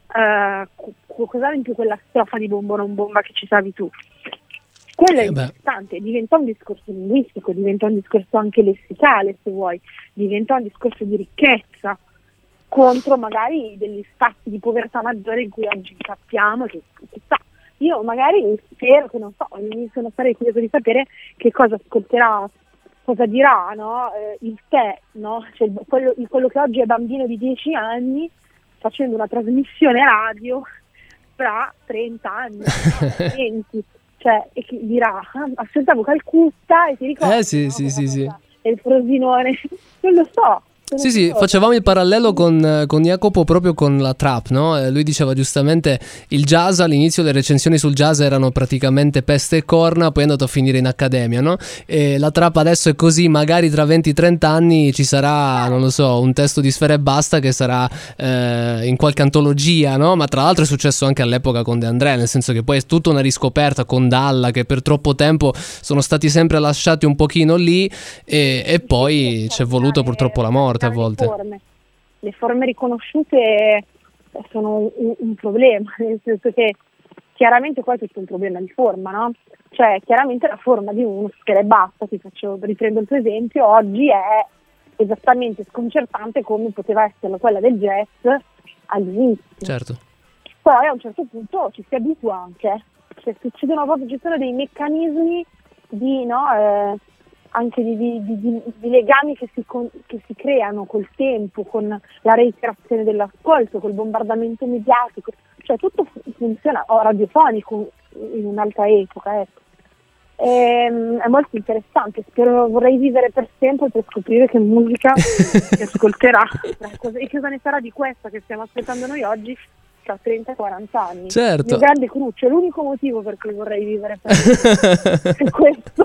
eh, cu- cos'era in più quella strofa di Bombo non bomba che citavi tu. Quello è Eh beh. importante, diventa un discorso linguistico, diventa un discorso anche lessicale se vuoi, diventa un discorso di ricchezza contro magari degli spazi di povertà maggiore in cui oggi sappiamo che chissà. Io magari spero che, non so, all'inizio non sarei curioso di sapere che cosa ascolterà, cosa dirà, no? Eh, il te, no? Cioè, il- quello, il- quello che oggi è bambino di dieci anni facendo una trasmissione radio fra trenta anni, no? venti, cioè, e che dirà, ah, ascoltavo Calcutta e ti ricordi, Eh sì, no? sì, Quella sì, sì. cosa, e il Frosinone, non lo so. sono Sì, sì, curiosa. facevamo il parallelo con, con Jacopo proprio con la trap, no? Eh, Lui diceva giustamente il jazz, all'inizio le recensioni sul jazz erano praticamente peste e corna, poi è andato a finire in accademia, no? E la trap adesso è così, magari tra venti trenta anni ci sarà, non lo so, un testo di Sfera Ebbasta che sarà eh, in qualche antologia, no? Ma tra l'altro è successo anche all'epoca con De André, nel senso che poi è tutta una riscoperta con Dalla, che per troppo tempo sono stati sempre lasciati un pochino lì e, e poi c'è voluto purtroppo la morte a Le volte. forme, le forme riconosciute sono un, un problema, nel senso che chiaramente qua è tutto un problema di forma, no? Cioè chiaramente la forma di uno Sfera Ebbasta, ti faccio, riprendo il tuo esempio, oggi è esattamente sconcertante come poteva essere quella del jazz all'inizio. Certo. Poi a un certo punto ci si abitua anche, cioè succedono proprio, ci sono dei meccanismi di, no, eh, anche di, di, di, di- di legami che si, con- che si creano col tempo, con la reiterazione dell'ascolto, col bombardamento mediatico, cioè tutto fu- funziona, o radiofonico in un'altra epoca, ecco. Ehm, è molto interessante, spero, vorrei vivere per sempre per scoprire che musica si ascolterà e cosa ne sarà di questa che stiamo aspettando noi oggi tra trenta quaranta anni. Certo. Il mio grande cruccio, è l'unico motivo per cui vorrei vivere per sempre è questo.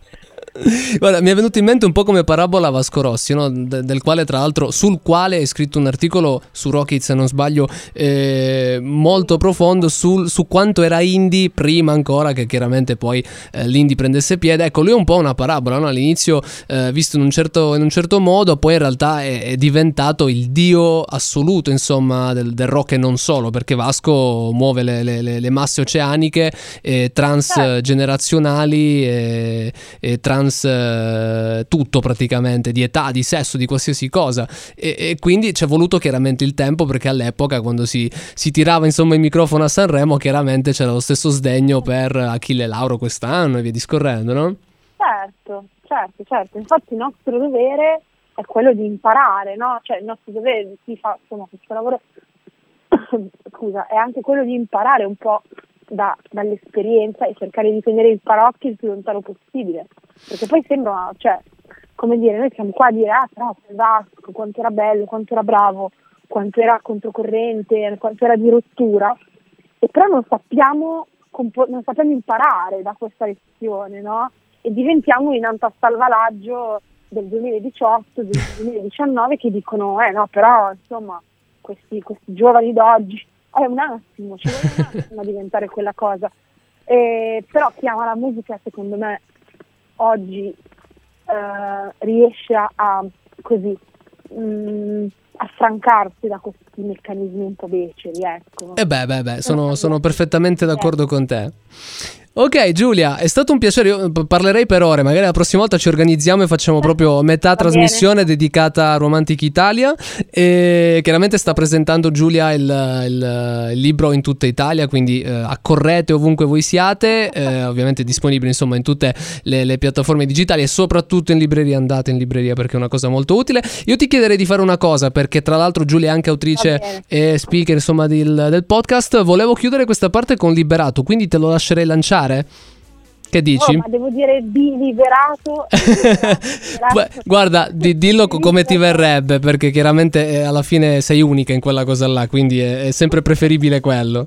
Guarda, mi è venuto in mente un po' come Parabola Vasco Rossi, no? De- del quale tra l'altro, sul quale hai scritto un articolo su Rocket, se non sbaglio, eh, molto profondo sul, su quanto era indie prima ancora che chiaramente poi eh, l'indie prendesse piede. Ecco, lui è un po' una parabola, no? All'inizio eh, visto in un certo, in un certo modo, poi in realtà è, è diventato il dio assoluto, insomma, del, del rock e non solo, perché Vasco muove le, le- le- le masse oceaniche, eh, transgenerazionali e, e trans eh, tutto praticamente, di età, di sesso, di qualsiasi cosa, e, e quindi ci è voluto chiaramente il tempo, perché all'epoca quando si, si tirava insomma il microfono a Sanremo chiaramente c'era lo stesso sdegno per Achille Lauro quest'anno e via discorrendo, no? Certo, certo, certo. Infatti il nostro dovere è quello di imparare, no? Cioè il nostro dovere di chi fa insomma questo lavoro scusa, è anche quello di imparare un po' da- dall'esperienza e cercare di tenere il paraocchi il più lontano possibile. Perché poi sembra, cioè, come dire, noi siamo qua a dire, ah, però il Vasco, quanto era bello, quanto era bravo, quanto era controcorrente, quanto era di rottura, e però non sappiamo, compo- non sappiamo imparare da questa lezione, no? E diventiamo in antasalvalaggio del duemiladiciotto, del duemiladiciannove che dicono, eh no, però insomma, questi, questi giovani d'oggi, è un attimo, ci vuole un attimo a diventare quella cosa. Eh, però chi ama la musica, secondo me, oggi eh, riesce a, a così mh, affrancarsi da questi meccanismi un po' beceri, ecco. E beh, beh, beh, sono, sono perfettamente d'accordo con te. Ok Giulia, è stato un piacere, io p- parlerei per ore, magari la prossima volta ci organizziamo e facciamo proprio metà Va trasmissione dedicata a Romantic Italia, e chiaramente sta presentando Giulia il, il- il libro in tutta Italia, quindi eh, accorrete ovunque voi siate, eh, ovviamente è disponibile insomma in tutte le, le piattaforme digitali e soprattutto in libreria, andate in libreria perché è una cosa molto utile. Io ti chiederei di fare una cosa, perché tra l'altro Giulia è anche autrice e speaker insomma del, del podcast, volevo chiudere questa parte con Liberato, quindi te lo lascerei lanciare. Che dici? Oh, ma devo dire biliberato. Gu- Guarda, di- dillo co- come ti verrebbe, perché chiaramente eh, alla fine sei unica in quella cosa là, quindi è, è sempre preferibile quello.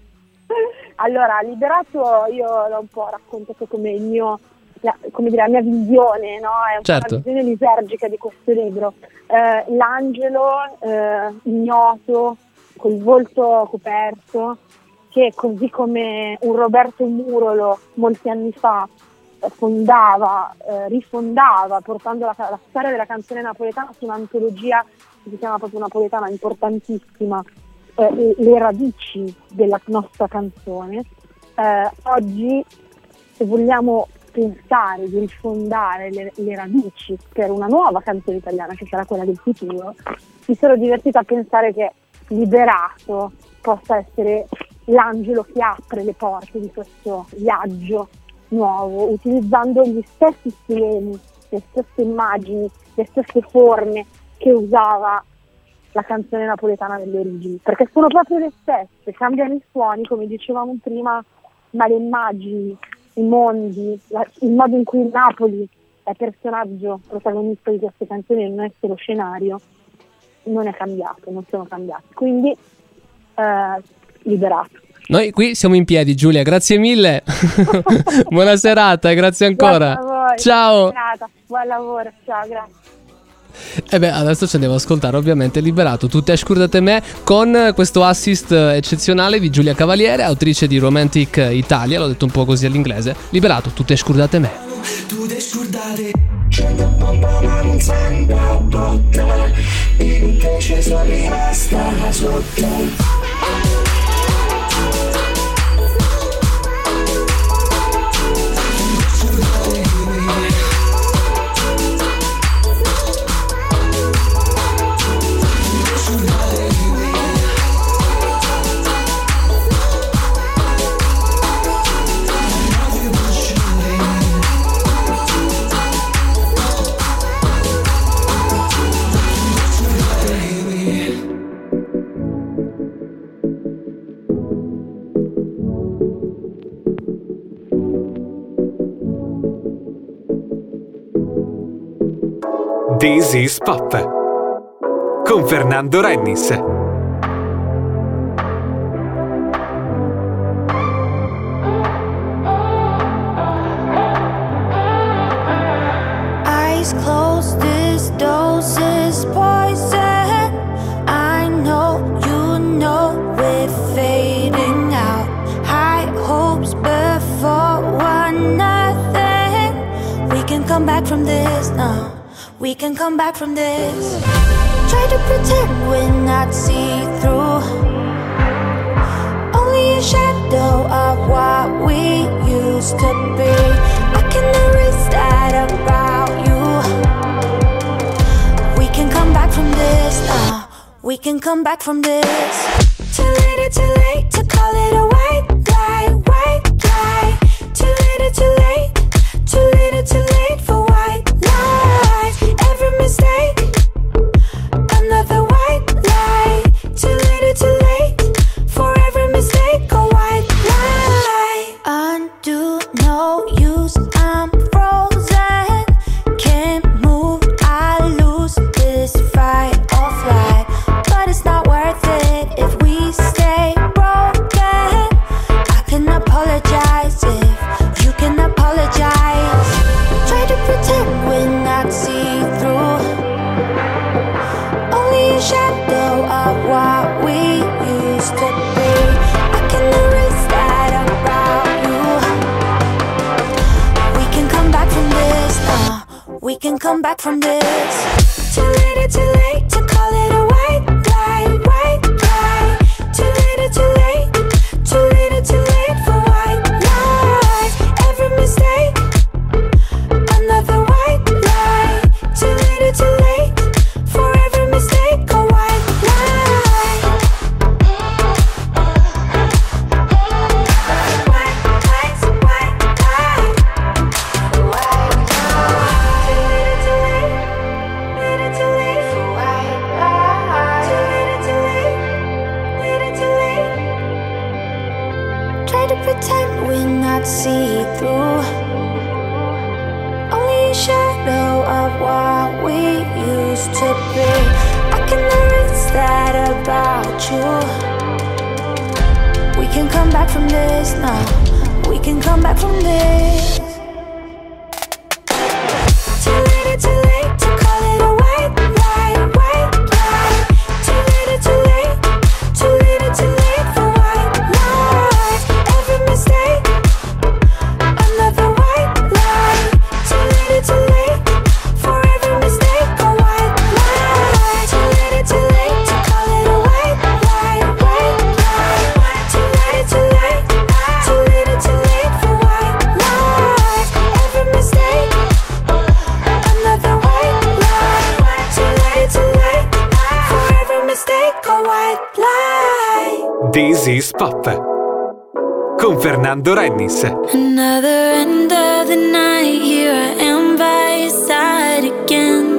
Allora, liberato io l'ho un po' raccontato come il mio, la, come dire, la mia visione, no? È un Certo. po' la visione lisergica di questo libro. Eh, l'angelo eh, ignoto, col volto coperto, che così come un Roberto Murolo molti anni fa eh, fondava, eh, rifondava, portando la, la storia della canzone napoletana su un'antologia che si chiama proprio Napoletana, importantissima, eh, le radici della nostra canzone. Eh, oggi, se vogliamo pensare di rifondare le, le radici per una nuova canzone italiana che sarà quella del futuro, mi sono divertita a pensare che Liberato possa essere l'angelo che apre le porte di questo viaggio nuovo, utilizzando gli stessi stilemi, le stesse immagini, le stesse forme che usava la canzone napoletana delle origini, perché sono proprio le stesse, cambiano i suoni come dicevamo prima, ma le immagini, i mondi, la, il modo in cui Napoli è personaggio protagonista di queste canzoni e non è solo scenario, non è cambiato, non sono cambiati, quindi eh, Liberato. Noi qui siamo in piedi, Giulia, grazie mille. Buona serata, grazie ancora. Grazie a voi. Ciao. Buona serata, buon lavoro, ciao, grazie. E beh, adesso ci andiamo ad ascoltare ovviamente Liberato, tu te scordate me, con questo assist eccezionale di Giulia Cavaliere, autrice di Romantic Italia, l'ho detto un po' così all'inglese. Liberato, tu te scordate me. Tu devi scordare, c'è una bomba ma non sembra botta, invece sono rimasta sotto. This is Pop con Fernando Rennis. Eyes closed, this dose is poison. I know you know we're fading out. High hopes before one nothing. We can come back from this now. We can come back from this. Try to pretend we're not see-through. Only a shadow of what we used to be. I can erase that about you. We can come back from this now. We can come back from this. Too late, too late to call it a white lie, white lie. Too late, too late, too late, too late for white lies. Every mistake, another white lie. Too late, too late for every mistake, a white lie. Undo, no use, I'm frozen. Can't move, I lose this fight or flight. But it's not worth it if we stay broken. I can apologize if you can apologize. Try to pretend we're not see-through. Only a shadow of what we used to be. I can erase that about you. We can come back from this now. We can come back from this. Too late, too late to call it a white lie, white lie. Too late, too late, too late, too late for white lies. Every mistake, another white lie. Too late, too late for every mistake, a white lie. White lies, white lie. White lie. Too late, too late, late, too late for white lie. Too late, too late, late, too late. Try to pretend we're not see-through. Only a shadow of what we used to be. I can erase that about you. We can come back from this now. We can come back from this. Too late, too late to call it a white lie, white lie. Too late, too late, too late, too late for white lies. Every mistake, another white lie. Too late, too late for every mistake, a white lie. Too late, too late to call it a white lie, white This is Pop con Fernando Rennis. Another end of the night, here I am by your side again.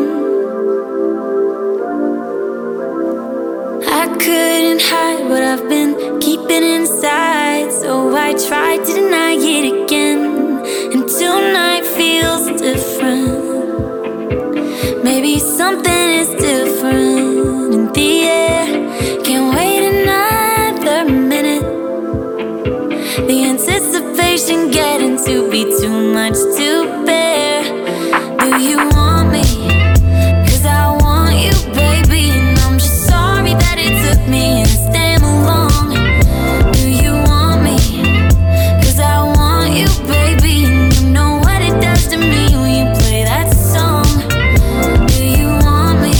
I couldn't hide what I've been keeping inside, so I tried to deny it again. And tonight feels different. Maybe something is different in the air. Can't wait another minute. The anticipation getting to be too much to bear. Do you want me? 'Cause I want you, baby. And I'm just sorry that it took me this damn long. Do you want me? 'Cause I want you, baby. And you know what it does to me when you play that song. Do you want me?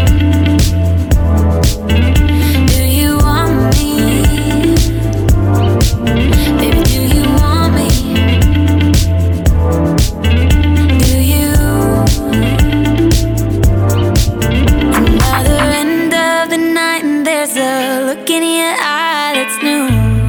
Do you want me? Baby, do you want me? Do you? Another end of the night and there's a look in your eye that's new.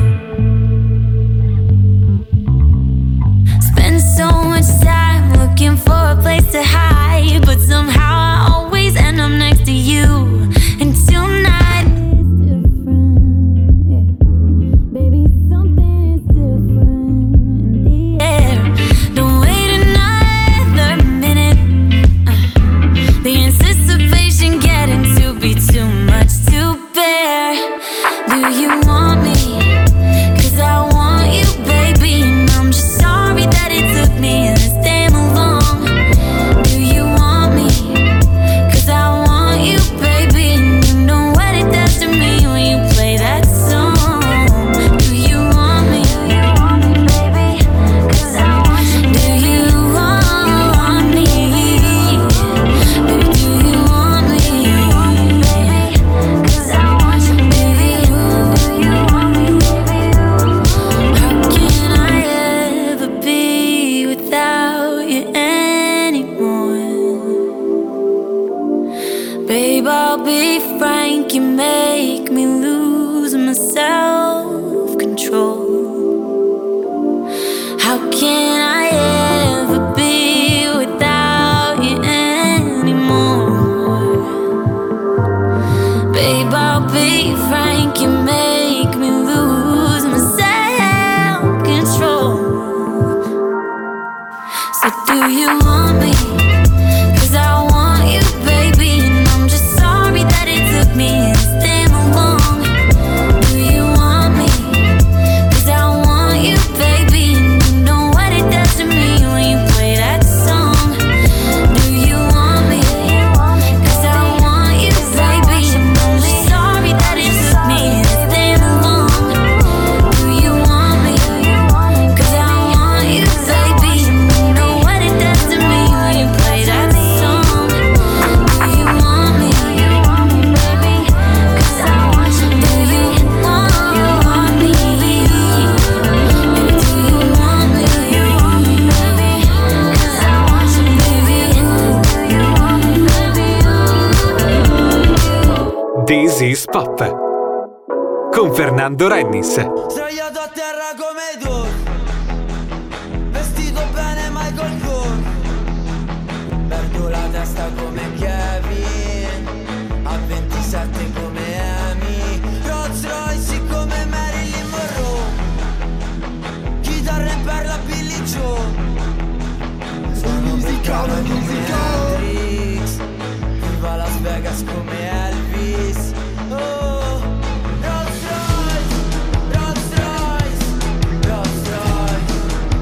Spend so much time looking for a place to hide, but somehow I always end up next to you. And tonight is different, yeah. Baby, something is different in the air. Don't wait another minute. Uh, the anticipation getting to be too much to bear. Do you want me? 'Cause I want you, baby. And I'm just sorry that it took me this damn long. Do you want me? 'Cause I want you, baby. And you know what it does to me when you play that song. Do you want me? Do you want me, baby? 'Cause I want you. Do you want me? Baby, do you want me? Baby, 'cause I want you, baby. Do you want me, baby? How can I ever be without you anymore? Babe, I'll be frank, you make me lose my self-control. How can I ever be without you anymore? Babe, I'll be frank, you make me lose my self-control. So do you want me? 'Cause I want you, baby. And I'm just sorry that it took me this damn long. Do you want me? 'Cause I want you, baby. And you know what it does to me when you play that song. Do you want me? 'Cause I want you, baby. And I'm just sorry that it took me this damn long. Do you want me? 'Cause I want you, baby. And you know what it does to me when you play that song. Do you want me? Baby, 'cause I want you. Do you want me? Baby, do you want me? Baby, 'cause I want you. Baby, do you want me? Baby. This is Pop con Fernando Rennis. Sdraiato a terra come tu, vestito bene Michael Kors. Perdo la testa come Kevin, a ventisette come Amy. Rolls Royce come Marilyn Monroe, chitarra in perla Billy Joe. Sono beccano come Hendrix, viva Las Vegas come Elvis. Oh, Rolls Royce, Rolls Royce, Rolls Royce,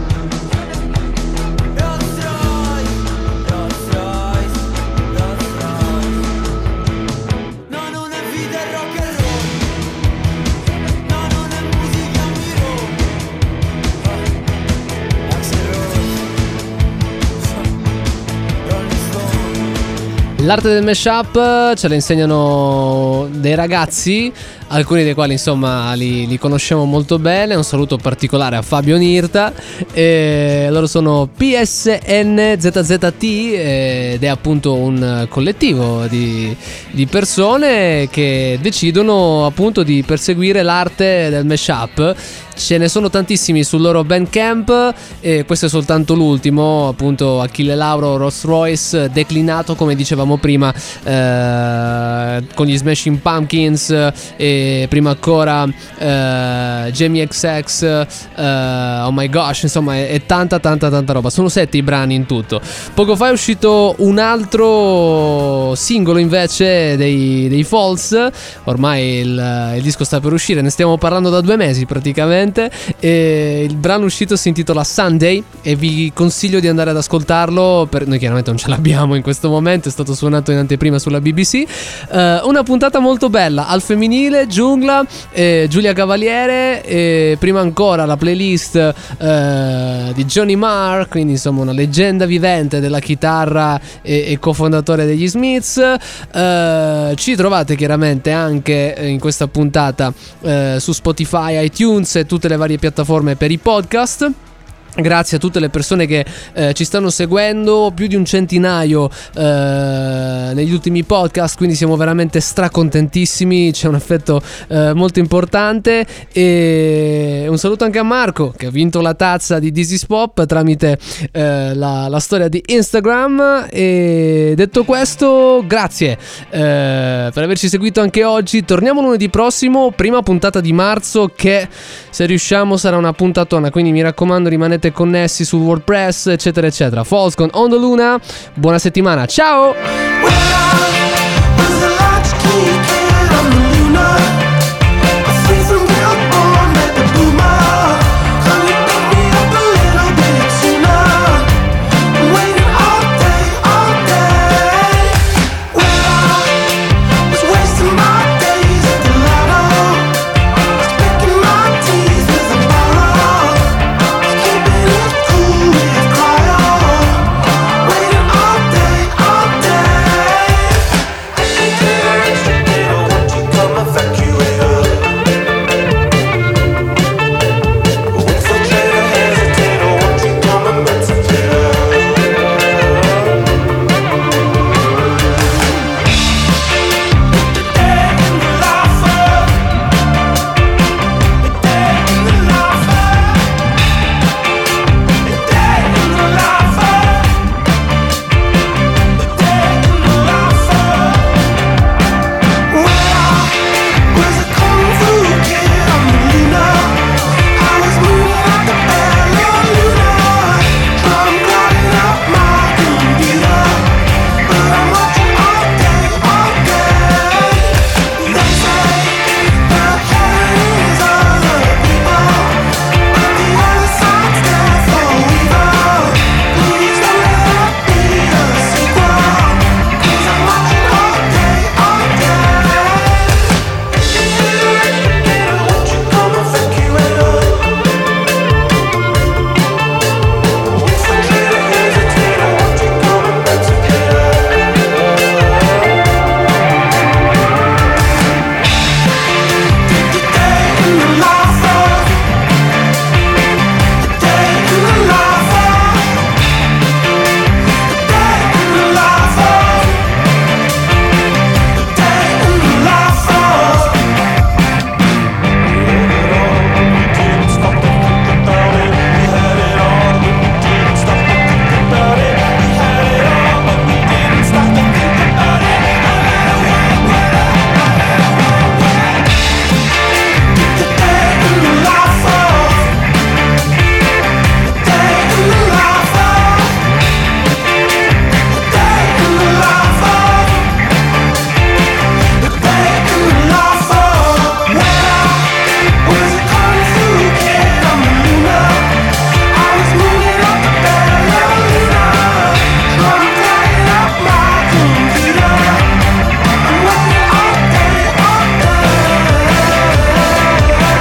Rolls Royce, Rolls Royce, Rolls Royce. No, non è vita e rock and roll. No, non è musica mi roll. Axl Rose, Rolling Stone. L'arte del mashup ce la insegnano dei ragazzi alcuni dei quali insomma li, li conosciamo molto bene. Un saluto particolare a Fabio Nirta. E loro sono P S N Z Z T ed è appunto un collettivo di, di persone che decidono appunto di perseguire l'arte del mashup. Ce ne sono tantissimi sul loro Bandcamp e questo è soltanto l'ultimo, appunto Achille Lauro, Rolls Royce, declinato come dicevamo prima eh, con gli Smashing Pumpkins e prima ancora eh, Jamie X X, eh, oh my gosh, insomma è, è tanta tanta tanta roba, sono sette i brani in tutto. Poco fa è uscito un altro singolo invece dei, dei Falls, ormai il, il disco sta per uscire, ne stiamo parlando da due mesi praticamente. E il brano uscito si intitola Sunday e vi consiglio di andare ad ascoltarlo. Per... Noi chiaramente non ce l'abbiamo in questo momento, è stato suonato in anteprima sulla B B C. uh, Una puntata molto bella al femminile, Giungla, eh, Giulia Cavaliere e prima ancora la playlist eh, di Johnny Marr, quindi insomma una leggenda vivente della chitarra e, e cofondatore degli Smiths. uh, Ci trovate chiaramente anche in questa puntata eh, su Spotify, iTunes e tutte le varie piattaforme per i podcast. Grazie a tutte le persone che eh, ci stanno seguendo, più di un centinaio eh, negli ultimi podcast, quindi siamo veramente stracontentissimi, c'è un effetto eh, molto importante. E un saluto anche a Marco che ha vinto la tazza di This Is Pop tramite eh, la, la storia di Instagram. E detto questo, grazie eh, per averci seguito anche oggi. Torniamo lunedì prossimo, prima puntata di marzo, che se riusciamo sarà una puntatona, quindi mi raccomando rimanete connessi sul WordPress eccetera eccetera. Falls con On the Luna, buona settimana, ciao!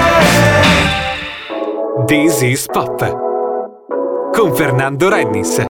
This is Pop con Fernando Rennis.